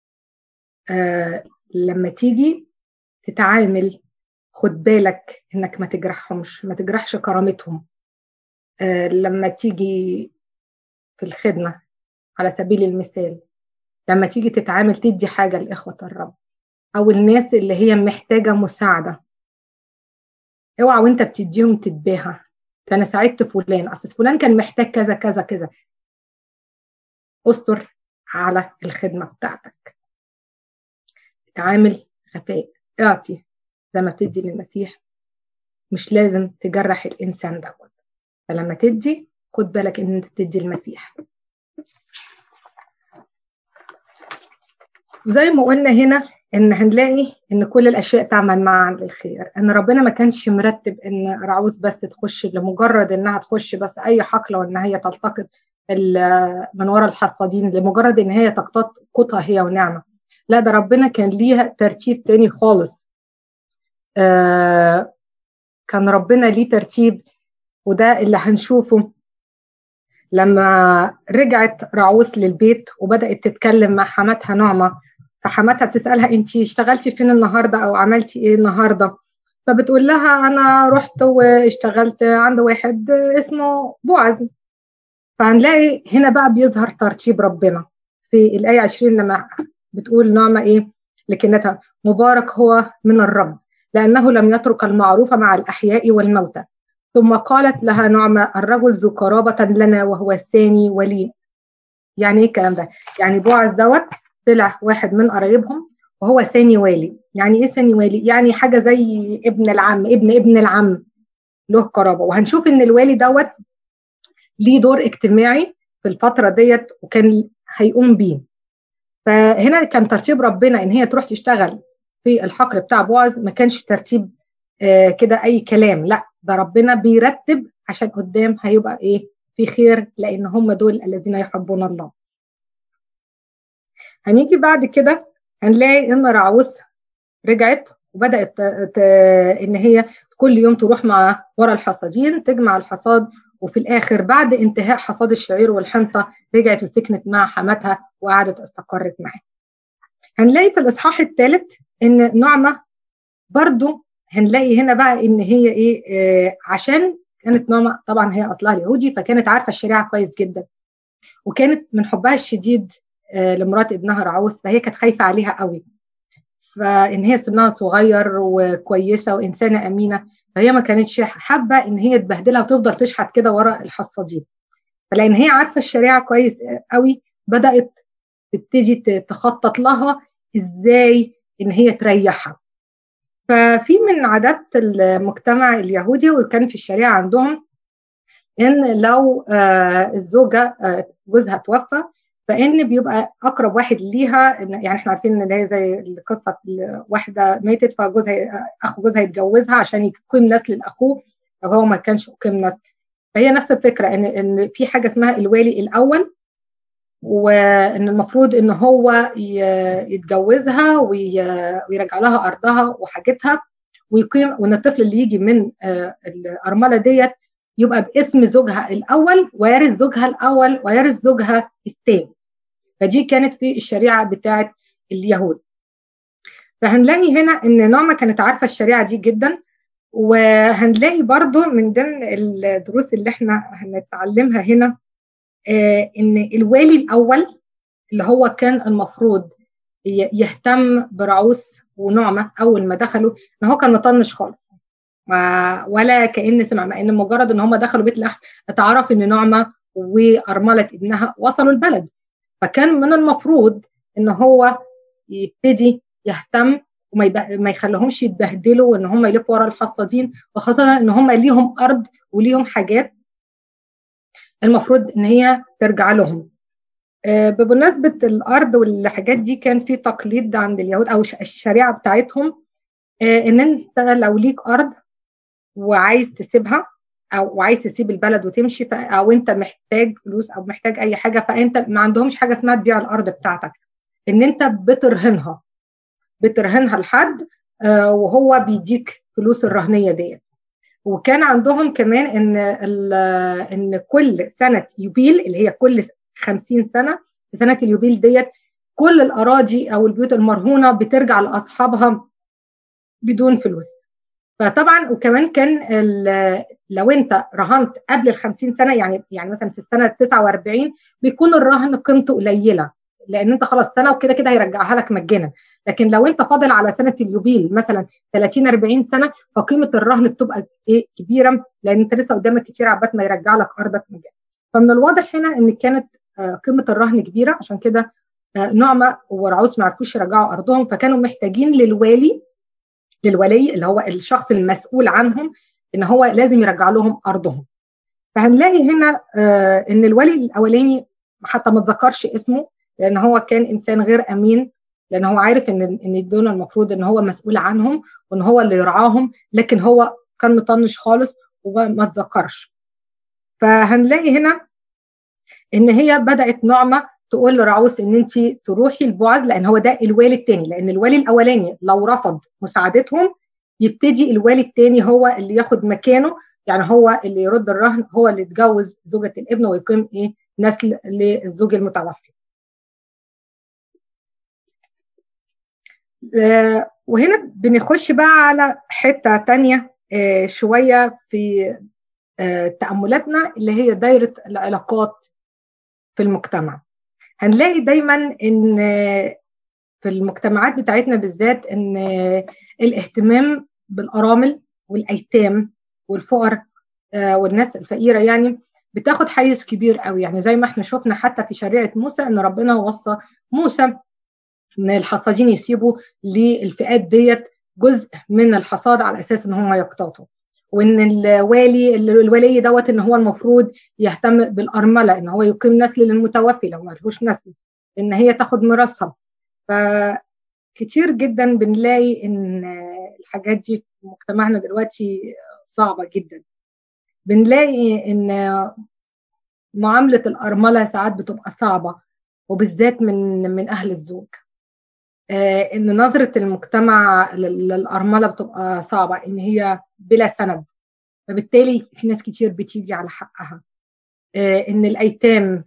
لما تيجي تتعامل خد بالك انك ما تجرحهمش، ما تجرحش كرامتهم. لما تيجي في الخدمة على سبيل المثال، لما تيجي تتعامل تدي حاجة لإخوة الرب أو الناس اللي هي محتاجة مساعدة، اوعى وانت بتديهم تتباهى، أنا ساعدت فلان، أصل فلان كان محتاج كذا كذا كذا. استر على الخدمة بتاعتك، تعامل خفاء، اعطي زي ما بتدي للمسيح، مش لازم تجرح الإنسان دوت. فلما تدي خد بالك ان انت تدي المسيح. وزي ما قلنا هنا ان هنلاقي ان كل الاشياء تعمل معا للخير، ان ربنا ما كانش مرتب ان رعوز بس تخش لمجرد انها تخش بس اي حقله وان هي تلتقط من وراء الحصادين لمجرد ان هي تقطها هي ونعمه. لا، ده ربنا كان ليها ترتيب تاني خالص. كان ربنا ليه ترتيب، وده اللي هنشوفه لما رجعت رعوز للبيت وبدأت تتكلم مع حماتها نعمة. فحماتها بتسألها انتي اشتغلتي فين النهاردة او عملتي ايه النهاردة؟ فبتقول لها انا رحت واشتغلت عند واحد اسمه بوعز. فهنلاقي هنا بقى بيظهر ترتيب ربنا في الآية 20 لما بتقول نعمة ايه لكنتها مبارك هو من الرب لأنه لم يترك المعروف مع الأحياء والموتى. ثم قالت لها نعمة الرجل ذو قرابة لنا وهو الثاني ولي. يعني ايه الكلام ده؟ يعني بوعز دوت طلع واحد من قرايبهم وهو ثاني والي. يعني ايه ثاني والي؟ يعني حاجة زي ابن العم، ابن العم له قرابة. وهنشوف ان الوالي دوت ليه دور اجتماعي في الفترة ديت وكان هيقوم بيه. فهنا كان ترتيب ربنا ان هي تروح تشتغل في الحقل بتاع بوعز، ما كانش ترتيب كده اي كلام، لا ده ربنا بيرتب عشان قدام هيبقى ايه في خير، لان هم دول الذين يحبون الله. هنيجي بعد كده هنلاقي ان رعوز رجعت وبدات ان هي كل يوم تروح مع ورا الحصادين تجمع الحصاد، وفي الاخر بعد انتهاء حصاد الشعير والحنطه رجعت وسكنت مع حماتها وقعدت استقرت معاها. هنلاقي في الاصحاح الثالث ان نعمه برضو هنلاقي هنا بقى ان هي ايه عشان كانت نعمه طبعا هي اصلها اليهودي، فكانت عارفه الشريعه كويس جدا، وكانت من حبها الشديد لمرات ابنها رعوز، فهي كانت خايفه عليها قوي، فان هي سنها صغير وكويسه وانسانه امينه، فهي ما كانتش حابه ان هي تبهدلها وتفضل تشحت كده ورا الحصادين. فلان هي عارفه الشريعه كويس قوي بدات تبتدي تخطط لها ازاي ان هي تريحها. ففي من عادات المجتمع اليهودي وكان في الشريعه عندهم ان لو الزوجه جوزها توفى فان بيبقى اقرب واحد ليها، يعني احنا عارفين ان هي زي القصه واحده ماتت فجوزها اخو جوزها يتجوزها عشان يقيم نسل لاخوه لو هو ما كانش يقيم نسل. فهي نفس الفكره ان في حاجه اسمها الوالي الاول، وان المفروض ان هو يتجوزها ويرجع لها ارضها وحاجتها ويقيم، وان الطفل اللي يجي من الارمله ديت يبقى باسم زوجها الاول ويرث زوجها الاول ويرث زوجها الثاني. فدي كانت في الشريعه بتاعه اليهود. فهنلاقي هنا ان نعمه كانت عارفه الشريعه دي جدا. وهنلاقي برضو من ضمن الدروس اللي احنا هنتعلمها هنا ان الوالي الاول اللي هو كان المفروض يهتم برعوس ونعمة أول ما دخلوا، إن هو كان مطنش خالص ولا كأن سمع، مع إن مجرد إن هم دخلوا بيت لحم اتعرف إن نعمة وأرملة ابنها وصلوا البلد. فكان من المفروض إن هو يبتدي يهتم وما يخليهمش يتبهدلوا وإن هم يلفوا ورا الحصادين، وخاصة إن هم ليهم أرض وليهم حاجات المفروض إن هي ترجع لهم. بمناسبة الأرض والحاجات دي، كان في تقليد عند اليهود أو الشريعة بتاعتهم إن أنت لو ليك أرض وعايز تسيبها أو عايز تسيب البلد وتمشي، أو أنت محتاج فلوس أو محتاج أي حاجة، فأنت ما عندهمش حاجة اسمها تبيع الأرض بتاعتك، إن أنت بترهنها لحد وهو بيديك فلوس الرهنية ديت. وكان عندهم كمان إن كل سنة يوبيل، اللي هي كل 50 سنة، في سنة اليوبيل ديت كل الأراضي أو البيوت المرهونة بترجع لأصحابها بدون فلوس. فطبعا وكمان كان لو أنت رهنت قبل ال 50 سنة، يعني مثلا في السنة 49 بيكون الرهن قيمته قليلة، لأن أنت خلاص سنة وكده كده هيرجعها لك مجانا. لكن لو أنت فاضل على سنة اليوبيل مثلا 30 40 سنة، فقيمة الرهن بتبقى كبيرة، لأن أنت لسه قدامك كتير عبال ما يرجع لك أرضك مجانا. فمن الواضح هنا ان كانت قيمه الرهن كبيره، عشان كده نعمه ورعوس ما عرفوش يرجعوا ارضهم، فكانوا محتاجين للولي اللي هو الشخص المسؤول عنهم، ان هو لازم يرجع لهم ارضهم. فهنلاقي هنا ان الولي الاولاني حتى ما اتذكرش اسمه، لان هو كان انسان غير امين، لان هو عارف ان دول المفروض ان هو مسؤول عنهم وان هو اللي يرعاهم، لكن هو كان مطنش خالص وما اتذكرش. فهنلاقي هنا ان هي بدات نعمه تقول لرعوس ان انت تروحي لبوعز، لان هو ده الوالي الثاني، لان الوالي الاولاني لو رفض مساعدتهم يبتدي الوالي الثاني هو اللي ياخد مكانه، يعني هو اللي يرد الرهن، هو اللي يتجوز زوجة الابن ويقيم نسل للزوج المتوفي. وهنا بنخش بقى على حته ثانيه شويه في تأملاتنا، اللي هي دايره العلاقات في المجتمع. هنلاقي دايما ان في المجتمعات بتاعتنا بالذات ان الاهتمام بالارامل والايتام والفقراء والناس الفقيره يعني بتاخد حيز كبير قوي. يعني زي ما احنا شفنا حتى في شريعه موسى ان ربنا وصى موسى ان الحصادين يسيبوا للفئات ديت جزء من الحصاد على اساس ان هم يقتاطوا، وان الولي دوت ان هو المفروض يهتم بالارمله، ان هو يقيم نسل للمتوفي لو ما لهوش نسل، ان هي تاخد ميراثها. فكتير جدا بنلاقي ان الحاجات دي في مجتمعنا دلوقتي صعبه جدا. بنلاقي ان معامله الارمله ساعات بتبقى صعبه، وبالذات من اهل الزوج. ان نظره المجتمع للارمله بتبقى صعبه، ان هي بلا سند، فبالتالي في ناس كتير بتيجي على حقها. ان الايتام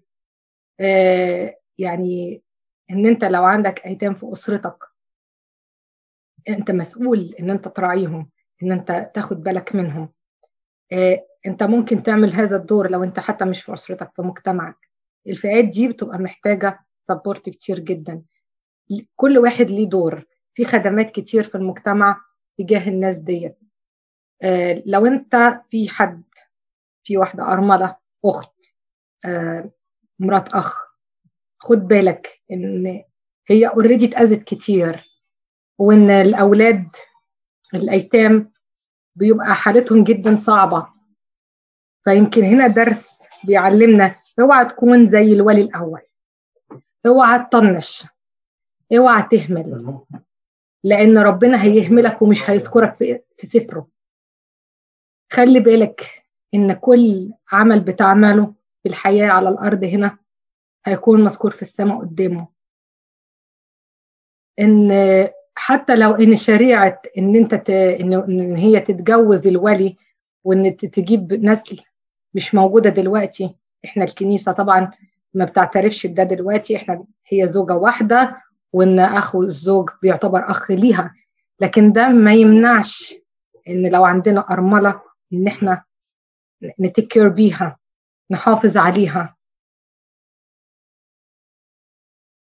يعني ان انت لو عندك ايتام في اسرتك انت مسؤول ان انت تراعيهم، ان انت تاخد بالك منهم. انت ممكن تعمل هذا الدور لو انت حتى مش في اسرتك، في مجتمعك. الفئات دي بتبقى محتاجه سبورت كتير جدا. كل واحد ليه دور في خدمات كتير في المجتمع تجاه الناس ديت. لو انت في حد، في واحده ارمله، اخت، مرات اخ، خد بالك ان هي اوريدي اتأذت كتير، وان الاولاد الايتام بيبقى حالتهم جدا صعبه. فيمكن هنا درس بيعلمنا اوعى تكون زي الولي الاول، اوعى تطنش، اوعى تهمل، لان ربنا هيهملك ومش هيذكرك في سفره. خلي بالك ان كل عمل بتعمله في الحياه على الارض هنا هيكون مذكور في السماء قدامه. ان حتى لو ان شريعه ان انت ان هي تتجوز الولي وان تجيب نسل مش موجوده دلوقتي. احنا الكنيسه طبعا ما بتعترفش بده دلوقتي، احنا هي زوجه واحده وان اخو الزوج بيعتبر اخ ليها، لكن ده ما يمنعش ان لو عندنا ارمله ان احنا نتكير بيها، نحافظ عليها.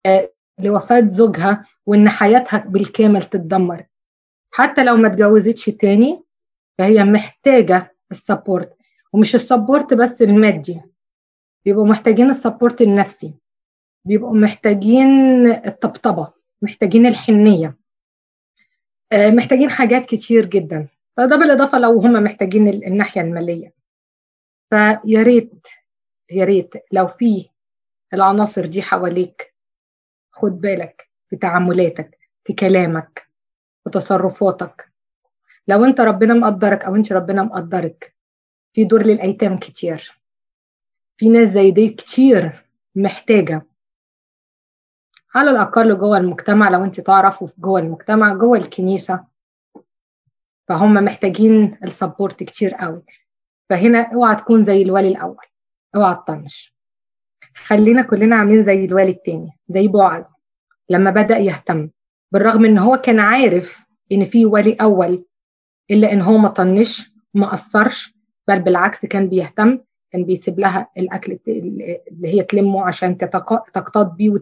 لوفاة زوجها وإن حياتها بالكامل تتدمر. حتى لو ما اتجوزتش تاني فهي محتاجة السبورت، ومش السبورت بس المادي، بيبقوا محتاجين السبورت النفسي، بيبقوا محتاجين الطبطبة، محتاجين الحنية، محتاجين حاجات كتير جدا. فده بالإضافة لو هم محتاجين الناحية المالية. فيا ريت يا ريت لو في العناصر دي حواليك، خد بالك في تعاملاتك، في كلامك، في تصرفاتك. لو انت ربنا مقدرك او انت ربنا مقدرك، في دور للأيتام كتير، في ناس زي دي كتير محتاجة، على الأقل جوه المجتمع. لو انت تعرفوا جوه المجتمع جوه الكنيسة، فهم محتاجين السبورت كتير قوي. فهنا اوعى تكون زي الوالي الأول، اوعى تطنش. خلينا كلنا عاملين زي الوالي التاني، زي بوعز لما بدأ يهتم، بالرغم ان هو كان عارف ان في والي أول، إلا ان هو ما طنش ما قصرش، بل بالعكس كان بيهتم، كان بيسيب لها الأكل اللي هي تلمه عشان تقتاد بيه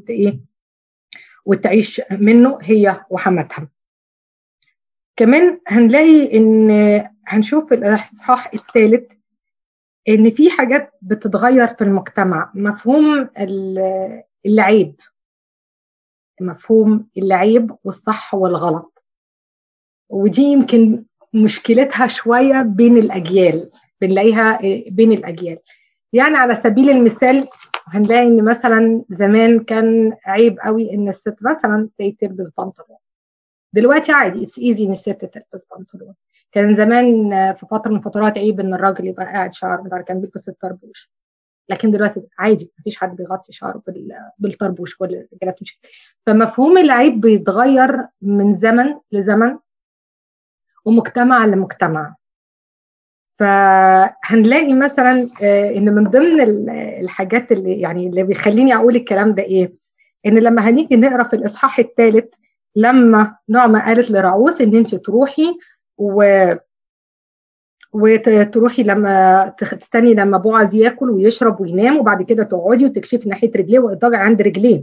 وتعيش منه هي وحماتها. كمان هنلاقي ان هنشوف في الإصحاح الثالث ان في حاجات بتتغير في المجتمع. مفهوم العيب، مفهوم العيب والصح والغلط، ودي يمكن مشكلتها شوية بين الأجيال، بنلاقيها بين الأجيال. يعني على سبيل المثال هنلاقي ان مثلا زمان كان عيب قوي ان الست مثلا تلبس بنطلون، دلوقتي عادي اتس ايزي ان الست تلبس بنطلون. كان زمان في فتره من الفترات عيب ان الراجل يبقى قاعد شعر بتاع، كان بيلبس الطربوش، لكن دلوقتي عادي مفيش حد بيغطي شعره بالطربوش كل الرجالات. فمفهوم العيب بيتغير من زمن لزمن ومجتمع لمجتمع. فهنلاقي مثلا ان من ضمن الحاجات اللي يعني اللي بيخليني اقول الكلام ده ايه، ان لما هنيجي نقرا في الاصحاح الثالث لما نعمة قالت لرعوس ان انت تروحي وتروحي لما تستني لما بوعز ياكل ويشرب وينام، وبعد كده تقعدي وتكشفي ناحيه رجليه واضطجعي عند رجليه.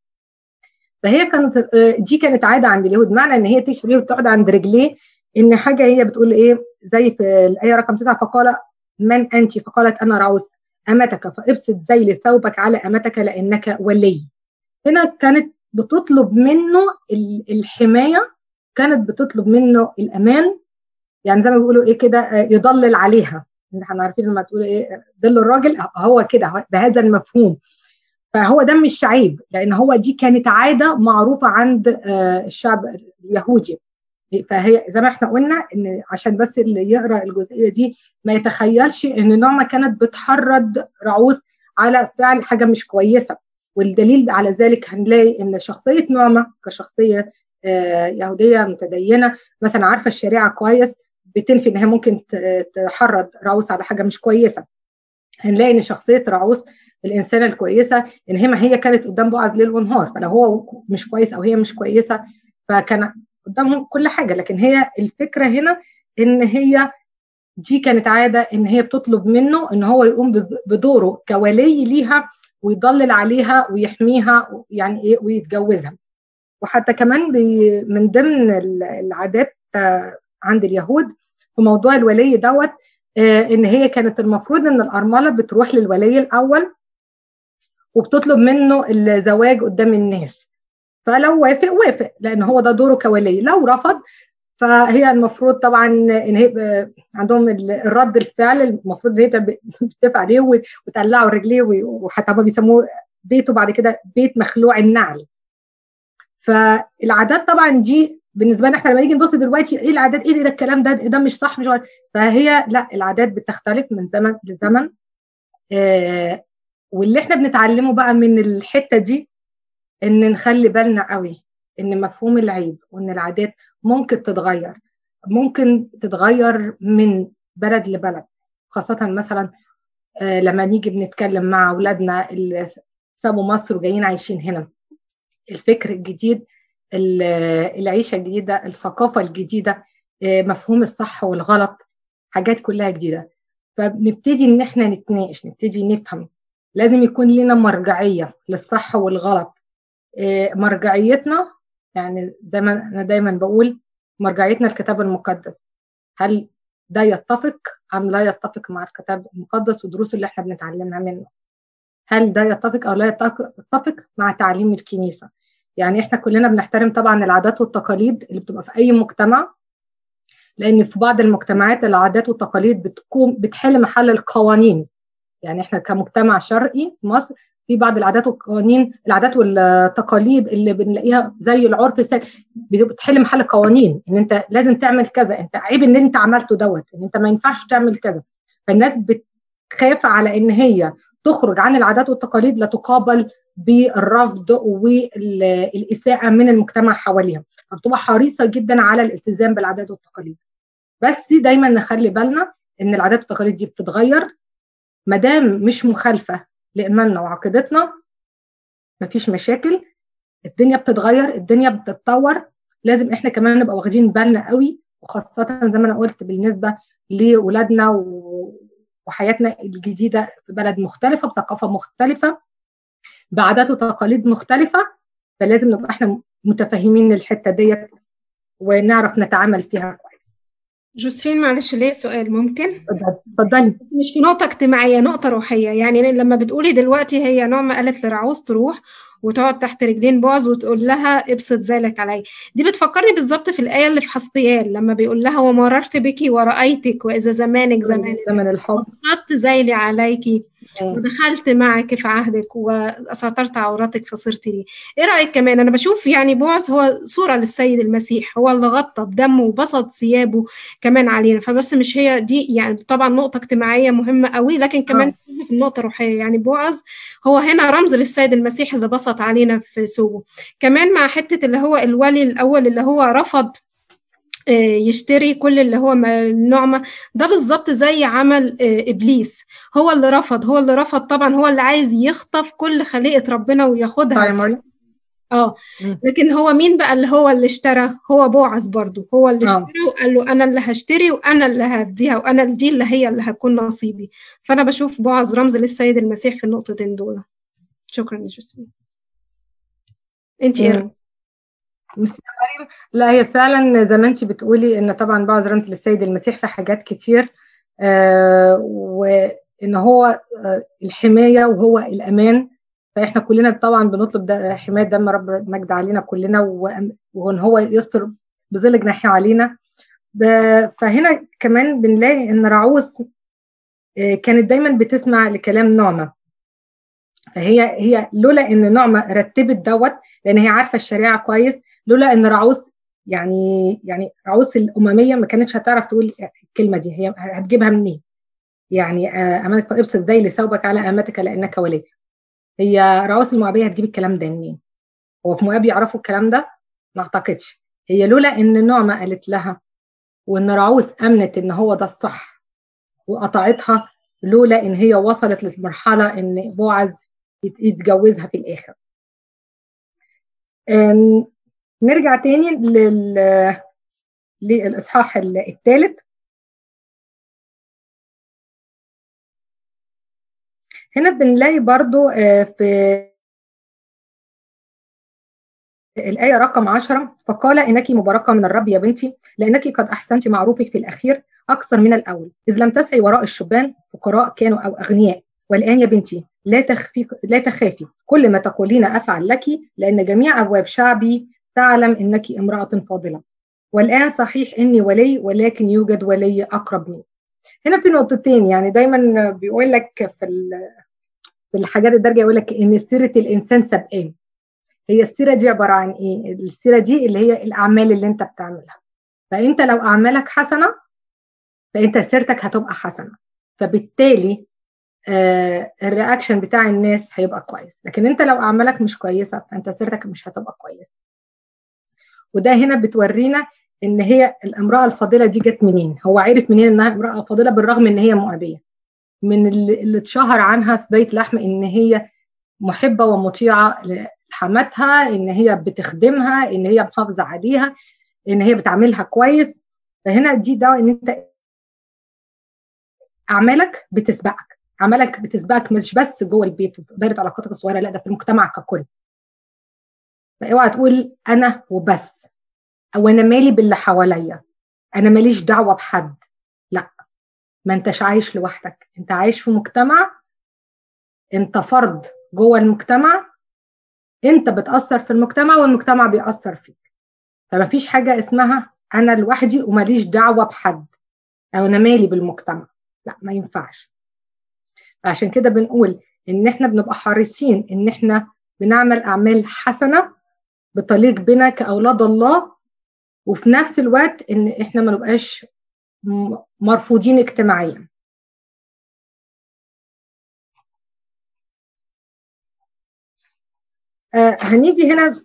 فهي دي كانت عاده عند اليهود، معنى ان هي تكشف رجليه وتقعد عند رجليه ان حاجه هي بتقول ايه، زي في الايه رقم 9 فقال من انت؟ فقالت انا رعوس امتك فابسط ذيل ثوبك على امتك لانك ولي. هنا كانت بتطلب منه الحمايه، كانت بتطلب منه الامان، يعني زي ما بيقولوا ايه كده يضلل عليها. احنا عارفين لما تقول ايه ضل الراجل، هو كده بهذا المفهوم. فهو ده مش عيب، لان هو دي كانت عاده معروفه عند الشعب اليهودي. فهي زي ما احنا قلنا ان عشان بس اللي يقرا الجزئيه دي ما يتخيلش ان نعمه كانت بتحرض رعوس على فعل حاجه مش كويسه. والدليل على ذلك هنلاقي ان شخصيه نعمه كشخصيه يهوديه متدينه مثلا عارفه الشريعه كويس، بتنفي ان هي ممكن تحرض رعوس على حاجه مش كويسه. هنلاقي ان شخصيه رعوس الانسانه الكويسه ان هي كانت قدام بوعز ليل ونهار، فلو هو مش كويس او هي مش كويسه فكان قدامهم كل حاجه. لكن هي الفكره هنا ان هي دي كانت عاده ان هي بتطلب منه ان هو يقوم بدوره كولي ليها ويضلل عليها ويحميها يعني ايه ويتجوزها. وحتى كمان من ضمن العادات عند اليهود في موضوع الولي دوت ان هي كانت المفروض ان الارمله بتروح للولي الاول وبتطلب منه الزواج قدام الناس، فلو وافق لان هو ده دوره كولي، لو رفض فهي المفروض طبعا ان هي عندهم الرد الفعل، المفروض ان هي بتتفق عليه وتقلعه رجليه، وحتى ما بيسموه بيته بعد كده بيت مخلوع النعل. فالعادات طبعا دي بالنسبه لنا احنا لما نيجي نبص دلوقتي ايه العادات، ايه ده الكلام ده مش صح مش عارف. فهي لا، العادات بتختلف من زمن لزمن. واللي احنا بنتعلمه بقى من الحته دي ان نخلي بالنا قوي ان مفهوم العيب وان العادات ممكن تتغير، ممكن تتغير من بلد لبلد، خاصه مثلا لما نيجي بنتكلم مع اولادنا اللي سابوا مصر وجايين عايشين هنا. الفكر الجديد، العيشه الجديده، الثقافه الجديده، مفهوم الصح والغلط، حاجات كلها جديده. فبنبتدي ان احنا نتناقش، نبتدي نفهم، لازم يكون لنا مرجعيه للصح والغلط. مرجعيتنا، يعني زي ما انا دايما بقول مرجعيتنا الكتاب المقدس، هل ده يتفق ام لا يتفق مع الكتاب المقدس والدروس اللي احنا بنتعلمها منه؟ هل ده يتفق او لا يتفق مع تعليم الكنيسه؟ يعني احنا كلنا بنحترم طبعا العادات والتقاليد اللي بتبقى في اي مجتمع، لان في بعض المجتمعات العادات والتقاليد بتحل محل القوانين. يعني احنا كمجتمع شرقي في مصر في بعض العادات والقوانين، العادات والتقاليد اللي بنلاقيها زي العرف بتحل محل القوانين، ان انت لازم تعمل كذا، انت عيب ان انت عملته دوت، ان انت ما ينفعش تعمل كذا. فالناس بتخاف على ان هي تخرج عن العادات والتقاليد لا تقابل بالرفض والإساءة من المجتمع حواليها، فبتبقى حريصة جدا على الالتزام بالعادات والتقاليد. بس دايما نخلي بالنا ان العادات والتقاليد دي بتتغير، ما دام مش مخالفه لايماننا وعقيدتنا مفيش مشاكل. الدنيا بتتغير، الدنيا بتتطور، لازم احنا كمان نبقى واخدين بالنا قوي، وخاصه زي ما انا قلت بالنسبه لاولادنا وحياتنا الجديده في بلد مختلفه بثقافه مختلفه بعادات وتقاليد مختلفه، فلازم نبقى احنا متفاهمين الحته ديت ونعرف نتعامل فيها كويس. جوزفين معلش ليه سؤال ممكن؟ اتفضلي. مش في نقطة اجتماعية، نقطة روحية. يعني لما بتقولي دلوقتي هي نعمة قالت لرعوز تروح وتقعد تحت رجلين بوعز وتقول لها ابسط ذيلك علي، دي بتفكرني بالظبط في الآية اللي في حسقيال لما بيقول لها ومررت بك ورأيتك وإذا زمانك زمن الحب وبسطت ذيلي عليك ودخلت معك في عهدك وأسطرت عورتك فصرت لي. ايه رأيك كمان؟ انا بشوف يعني بوعز هو صورة للسيد المسيح، هو اللي غطى بدمه وبسط ثيابه كمان علينا. فبس مش هي دي يعني طبعا نقطة اجتماعية مهمة قوي، لكن كمان في النقطة الروحية يعني بوعز هو هنا رمز للسيد المسيح اللي بسط علينا في ثوبه. كمان مع حتة اللي هو الولي الأول اللي هو رفض يشتري كل اللي هو النعمة، ده بالظبط زي عمل إبليس، هو اللي رفض طبعا، هو اللي عايز يخطف كل خليقة ربنا وياخدها. لكن هو مين بقى اللي هو اللي اشترى؟ هو بوعز برضو، هو اللي اشترى وقال له انا اللي هشتري وانا اللي هديها وانا دي اللي هي اللي هتكون نصيبي. فانا بشوف بوعز رمز للسيد المسيح في النقطتين دول. شكرا يا جوزفين. انت ايه؟ لا هي فعلا زي ما انت بتقولي ان طبعا بوعز رمز للسيد المسيح في حاجات كتير، وان هو الحمايه وهو الامان. فاحنا كلنا طبعا بنطلب حمايه دم رب المجد علينا كلنا، وان هو يستر بظل جناحه علينا. فهنا كمان بنلاقي ان رعوز كانت دايما بتسمع لكلام نعمه، فهي لولا ان نعمه رتبت دوت، لان هي عارفه الشريعه كويس، لولا ان رعوز يعني رعوز الامميه ما كانتش هتعرف تقول الكلمه دي، هي هتجيبها منين؟ يعني امانك فابسط ذيل ثوبك على امتك لانك ولي. هي رعوز المؤابيه هتجيب الكلام ده منين؟ هو في مؤاب يعرفوا الكلام ده؟ ما اعتقدش. هي لولا ان نعمه قالت لها وان رعوز امنت ان هو ده الصح وقطعتها، لولا ان هي وصلت للمرحله ان بوعز يتجوزها في الاخر. نرجع تاني للإصحاح الثالث. هنا بنلاقي برضو في الآية رقم 10 فقال إنك مباركة من الرب يا بنتي، لأنك قد أحسنت معروفك في الأخير أكثر من الأول، إذ لم تسعي وراء الشبان فقراء كانوا أو أغنياء. والآن يا بنتي لا تخافي، كل ما تقولين أفعل لك، لأن جميع أبواب شعبي تعلم إنك امرأة فاضلة. والآن صحيح إني ولي، ولكن يوجد ولي أقرب مني. هنا في نقطتين، يعني دايما بيقول لك في الحاجات الدارجة يقول لك إن سيرة الإنسان سبقان. هي السيرة دي عبارة عن إيه؟ السيرة دي اللي هي الأعمال اللي أنت بتعملها. فأنت لو أعمالك حسنة فأنت سيرتك هتبقى حسنة، فبالتالي الرياكشن بتاع الناس هيبقى كويس. لكن أنت لو أعمالك مش كويسة فأنت سيرتك مش هتبقى كويسة. وده هنا بتورينا ان هي الامراه الفاضله دي جت منين. هو عرف منين انها امراه فاضله بالرغم ان هي مؤابيه؟ من اللي اتشهر عنها في بيت لحم ان هي محبه ومطيعه لحماتها، ان هي بتخدمها، ان هي محافظه عليها، ان هي بتعاملها كويس. فهنا ده ان انت اعمالك بتسبقك مش بس جوه البيت ودايره علاقاتك الصغيره، لا ده في المجتمع ككل. اوعى تقول انا وبس، او انا مالي باللي حواليا، انا ماليش دعوه بحد. لا، ما انتش عايش لوحدك، انت عايش في مجتمع، انت فرد جوه المجتمع، انت بتأثر في المجتمع والمجتمع بيأثر فيك. فما فيش حاجه اسمها انا لوحدي وماليش دعوه بحد او انا مالي بالمجتمع، لا ما ينفعش. عشان كده بنقول ان احنا بنبقى حريصين ان احنا بنعمل اعمال حسنه بتليق بنا كاولاد الله، وفي نفس الوقت ان احنا ما نبقاش مرفوضين اجتماعيا. هنيجي هنا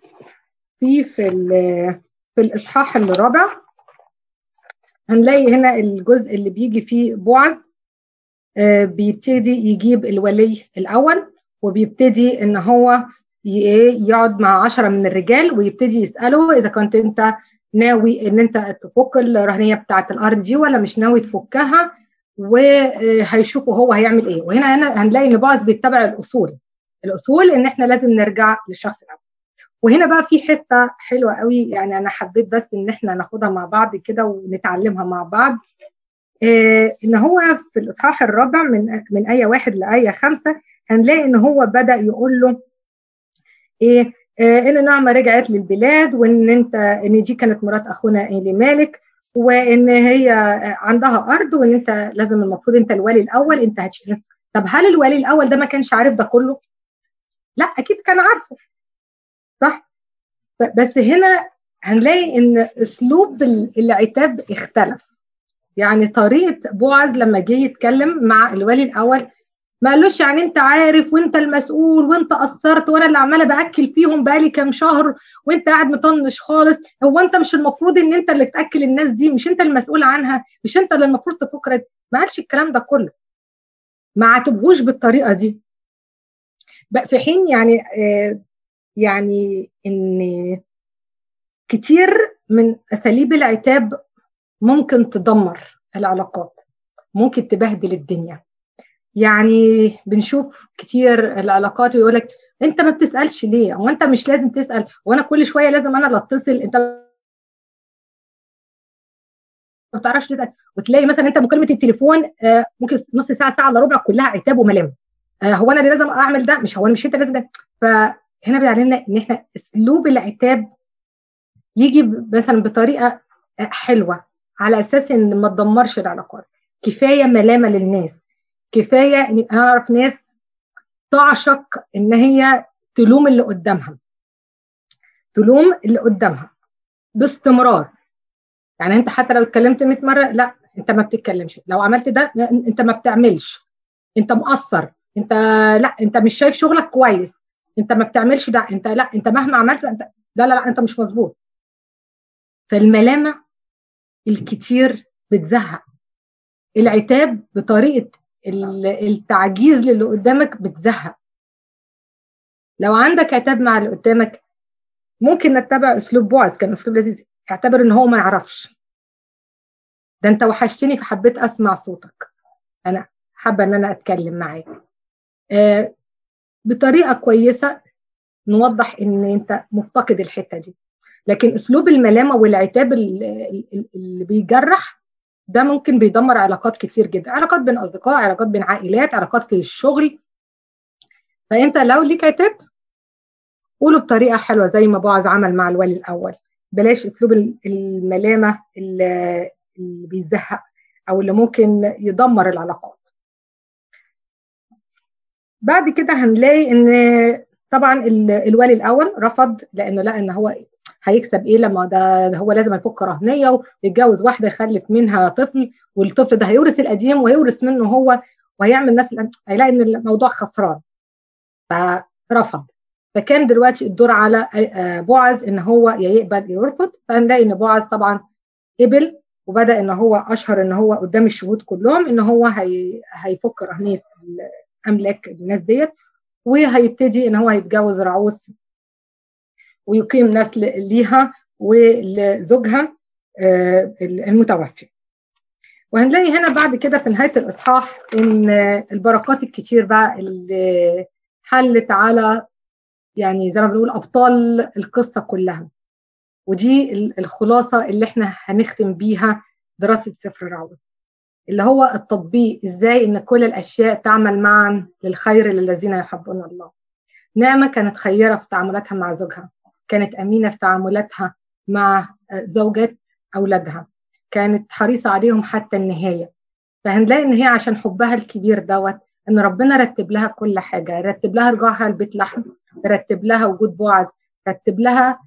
في الاصحاح الرابع، هنلاقي هنا الجزء اللي بيجي فيه بوعز بيبتدي يجيب الولي الاول، وبيبتدي ان هو يقعد مع 10 من الرجال ويبتدي يساله اذا كنت انت ناوي ان انت تفك الرهنيه بتاعه الارض دي ولا مش ناوي تفكها، وهيشوفوا هو هيعمل ايه. وهنا هنلاقي ان بوعز بيتبع الاصول ان احنا لازم نرجع للشخص الاول. وهنا بقى في حته حلوه قوي، يعني انا حبيت بس ان احنا ناخدها مع بعض كده ونتعلمها مع بعض. ان هو في الاصحاح الرابع من ايه 1 لايه 5 هنلاقي ان هو بدا يقول له ايه، ان نعمه رجعت للبلاد، ان دي كانت مرات اخونا إلي مالك، وان هي عندها ارض، وان انت لازم المفروض انت الولي الاول انت هتشتري. طب هل الولي الاول ده ما كانش عارف ده كله؟ لا، اكيد كان عارفه، صح؟ بس هنا هنلاقي ان اسلوب العتاب اختلف. يعني طريقه بوعز لما جه يتكلم مع الولي الاول ما قالوش يعني انت عارف وانت المسؤول وانت قصرت وانا اللي عماله باكل فيهم بقالي كام شهر وانت قاعد مطنش خالص، هو انت مش المفروض ان انت اللي تاكل الناس دي؟ مش انت المسؤول عنها؟ مش انت اللي المفروض تفكر؟ ما قالش الكلام ده كله، ما عاتبهوش بالطريقه دي. في حين يعني ان كتير من اساليب العتاب ممكن تدمر العلاقات، ممكن تبهدل الدنيا. يعني بنشوف كتير العلاقات ويقول لك انت ما بتسالش ليه، او انت مش لازم تسال، وانا كل شويه لازم انا اللي اتصل، انت ما بتعرفش تسال. وتلاقي مثلا انت مكالمه التليفون ممكن نص ساعه ساعه الا ربع كلها عتاب وملام. هو انا اللي لازم اعمل ده؟ مش انت لازم ده. فهنا بيعلمنا ان احنا اسلوب العتاب يجي مثلا بطريقه حلوه على اساس ان ما تدمرش العلاقات. كفايه ملامه للناس، كفايه ان انا اعرف ناس تعشق ان هي تلوم اللي قدامها، تلوم اللي قدامها باستمرار. يعني انت حتى لو اتكلمت 100 مره، لا انت ما بتتكلمش، لو عملت ده انت ما بتعملش، انت مقصر، انت لا انت مش شايف شغلك كويس، انت ما بتعملش ده، انت لا انت مهما عملت انت لا انت مش مظبوط. فالملامه الكتير بتزهق، العتاب بطريقه التعجيز للي قدامك بتزهق. لو عندك عتاب مع اللي قدامك ممكن نتبع اسلوب بوعز، كان اسلوب لذيذ، اعتبر ان هو ما يعرفش. ده انت وحشتني فحبيت اسمع صوتك، انا حابه ان انا اتكلم معاك بطريقه كويسه، نوضح ان انت مفتقد الحته دي. لكن اسلوب الملامه والعتاب اللي بيجرح ده ممكن بيدمر علاقات كتير جدا، علاقات بين اصدقاء، علاقات بين عائلات، علاقات في الشغل. فانت لو ليك عتاب قوله بطريقه حلوه زي ما بوعز عمل مع الولي الاول، بلاش اسلوب الملامه اللي بيزهق او اللي ممكن يدمر العلاقات. بعد كده هنلاقي ان طبعا الولي الاول رفض، لانه لقى ان هو هيكسب ايه لما ده هو لازم يفك رهنيه ويتجوز واحده يخلف منها طفل، والطفل ده هيورث القديم وهيورث منه هو وهيعمل نسل، هيلاقي ان الموضوع خسران، فرفض. فكان دلوقتي الدور على بوعز ان هو يا يقبل يرفض. فهنلاقي ان بوعز طبعا قبل، وبدا ان هو اشهر ان هو قدام الشهود كلهم ان هو هيفك رهنيه املاك الناس ديت، وهيبتدي ان هو هيتجوز رعوس ويقيم نسل ليها ولزوجها المتوفي. وهنلاقي هنا بعد كده في نهايه الاصحاح ان البركات الكتير بقى اللي حلت على يعني زي ما بنقول ابطال القصه كلها. ودي الخلاصه اللي احنا هنختم بيها دراسه سفر الرعوز، اللي هو التطبيق ازاي ان كل الاشياء تعمل معا للخير للذين يحبون الله. نعمه كانت خيره في تعاملاتها مع زوجها، كانت امينه في تعاملاتها مع زوجات اولادها، كانت حريصه عليهم حتى النهايه. فهنلاقي ان هي عشان حبها الكبير دوت ان ربنا رتب لها كل حاجه، رتب لها رجوعها لبيت لحم، رتب لها وجود بوعز، رتب لها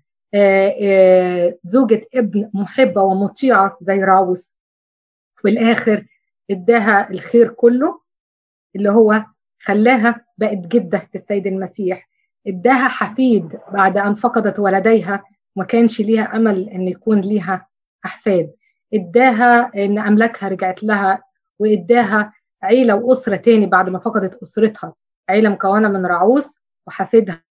زوجة ابن محبة ومطيعة زي راوس. في الآخر اداها الخير كله اللي هو خلاها بقت جدة للسيد المسيح، اداها حفيد بعد أن فقدت ولديها وما كانش ليها أمل أن يكون ليها أحفاد، اداها أن أملاكها رجعت لها، واداها عيلة وأسرة تاني بعد ما فقدت أسرتها، عيلة مكونة من راعوس وحفيدها.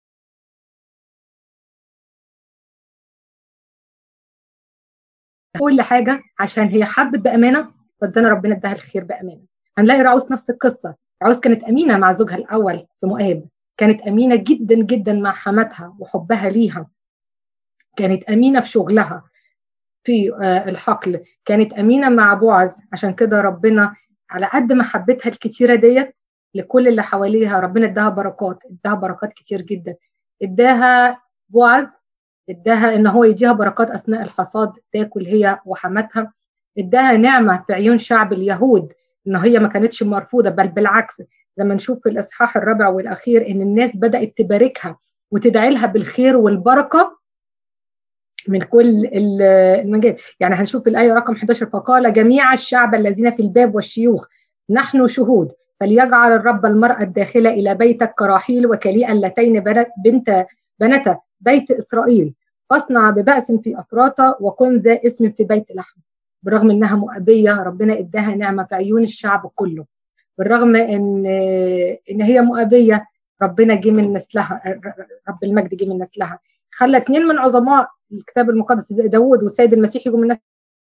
كل حاجة عشان هي حبت بأمانة، فادانا ربنا اداها الخير بأمانة. هنلاقي راعوس نفس القصة، راعوس كانت أمينة مع زوجها الأول في مؤاب، كانت أمينة جدا جدا مع حماتها وحبها ليها، كانت أمينة في شغلها في الحقل، كانت أمينة مع بوعز. عشان كده ربنا على قد محبتها الكتيرة ديت لكل اللي حواليها ربنا اداها بركات، اداها بركات كتير جدا. اداها بوعز، اداها ان هو يديها بركات اثناء الحصاد تاكل هي وحماتها، اداها نعمه في عيون شعب اليهود ان هي ما كانتش مرفوضه، بل بالعكس لما نشوف في الاصحاح الرابع والاخير ان الناس بدات تباركها وتدعي لها بالخير والبركه من كل المجال. يعني هنشوف في الايه رقم 11 فقال جميع الشعب الذين في الباب والشيوخ نحن شهود، فليجعل الرب المرأة الداخلة إلى بيتك كراحيل وكليئة اللتين بنتا بيت إسرائيل، فاصنع ببأس في أفراطة وكن ذا اسم في بيت لحم. بالرغم إنها مؤبية ربنا إداها نعمة في عيون الشعب كله، بالرغم إن هي مؤبية ربنا جه من نسلها، رب المجد جه من نسلها، خلى 2 من عظماء الكتاب المقدس داود والسيد المسيح يجوا من نسل.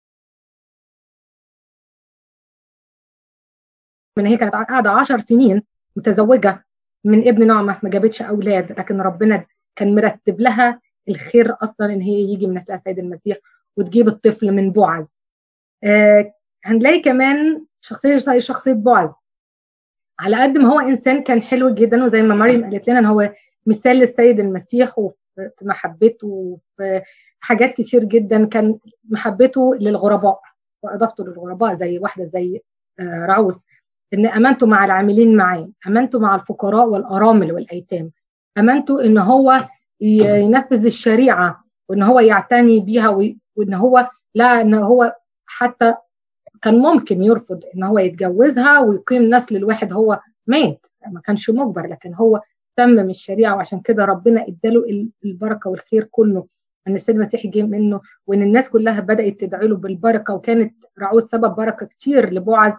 من هي كانت قاعدة 10 سنين متزوجة من ابن نعمة ما جابتش أولاد، لكن ربنا كان مرتب لها الخير أصلا إن هي يجي من نسلها السيد المسيح وتجيب الطفل من بوعز. هنلاقي كمان شخصية زي شخصية بوعز، على قد ما هو إنسان كان حلو جدا، وزي ما مريم قالت لنا إن هو مثال للسيد المسيح وفي محبته وفي حاجات كتير جدا، كان محبته للغرباء وإضافته للغرباء زي واحدة زي راعوس، إن أمانته مع العاملين معاه، أمانته مع الفقراء والأرامل والأيتام، أمانته إن هو ينفذ الشريعة وإن هو يعتني بيها، وإن هو لا إن هو حتى كان ممكن يرفض إن هو يتجوزها ويقيم نسل الواحد، هو مات ما كانش مجبر، لكن هو تمم الشريعة. وعشان كده ربنا اداله البركة والخير كله، ان السيد المسيح جه منه وان الناس كلها بدأت تدعي له بالبركة، وكانت راعوس سبب بركة كتير لبوعز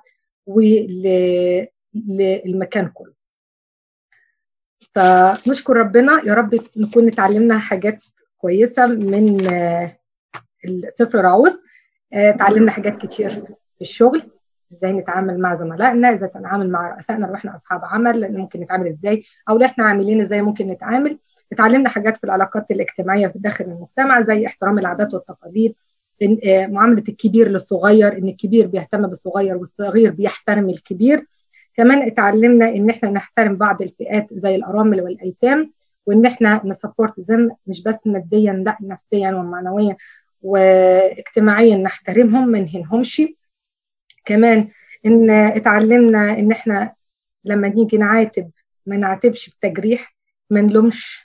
وللمكان كله. فنشكر ربنا، يا رب نكون اتعلمنا حاجات كويسة من سفر راعوس. اتعلمنا حاجات كتير في الشغل، ازاي نتعامل مع زملائنا، ازاي نتعامل مع رؤسائنا لو احنا اصحاب عمل ممكن نتعامل ازاي، او لو احنا عاملين ازاي ممكن نتعامل. اتعلمنا حاجات في العلاقات الاجتماعيه في داخل المجتمع زي احترام العادات والتقاليد، معامله الكبير للصغير، ان الكبير بيهتم بالصغير والصغير بيحترم الكبير. كمان اتعلمنا ان احنا نحترم بعض الفئات زي الارامل والايتام، وان احنا نسبورت زم مش بس ماديا، لا نفسيا ومعنويا واجتماعيا نحترمهم ما نهينهمش. كمان ان اتعلمنا ان احنا لما نيجي نعاتب ما نعاتبش بتجريح، ما نلومش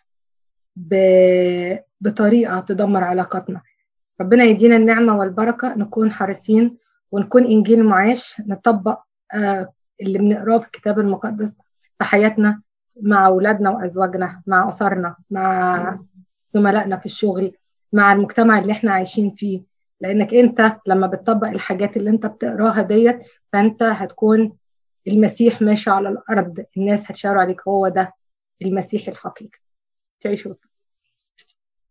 بطريقه تدمر علاقاتنا. ربنا يدينا النعمه والبركه، نكون حريصين ونكون انجيل معاش، نطبق اللي بنقراه في الكتاب المقدس في حياتنا مع اولادنا وازواجنا، مع اسرنا، مع زملائنا في الشغل، مع المجتمع اللي احنا عايشين فيه. لانك انت لما بتطبق الحاجات اللي انت بتقراها ديت فانت هتكون المسيح ماشي على الارض، الناس هتشاور عليك هو ده المسيح الحقيقي. تعيشوا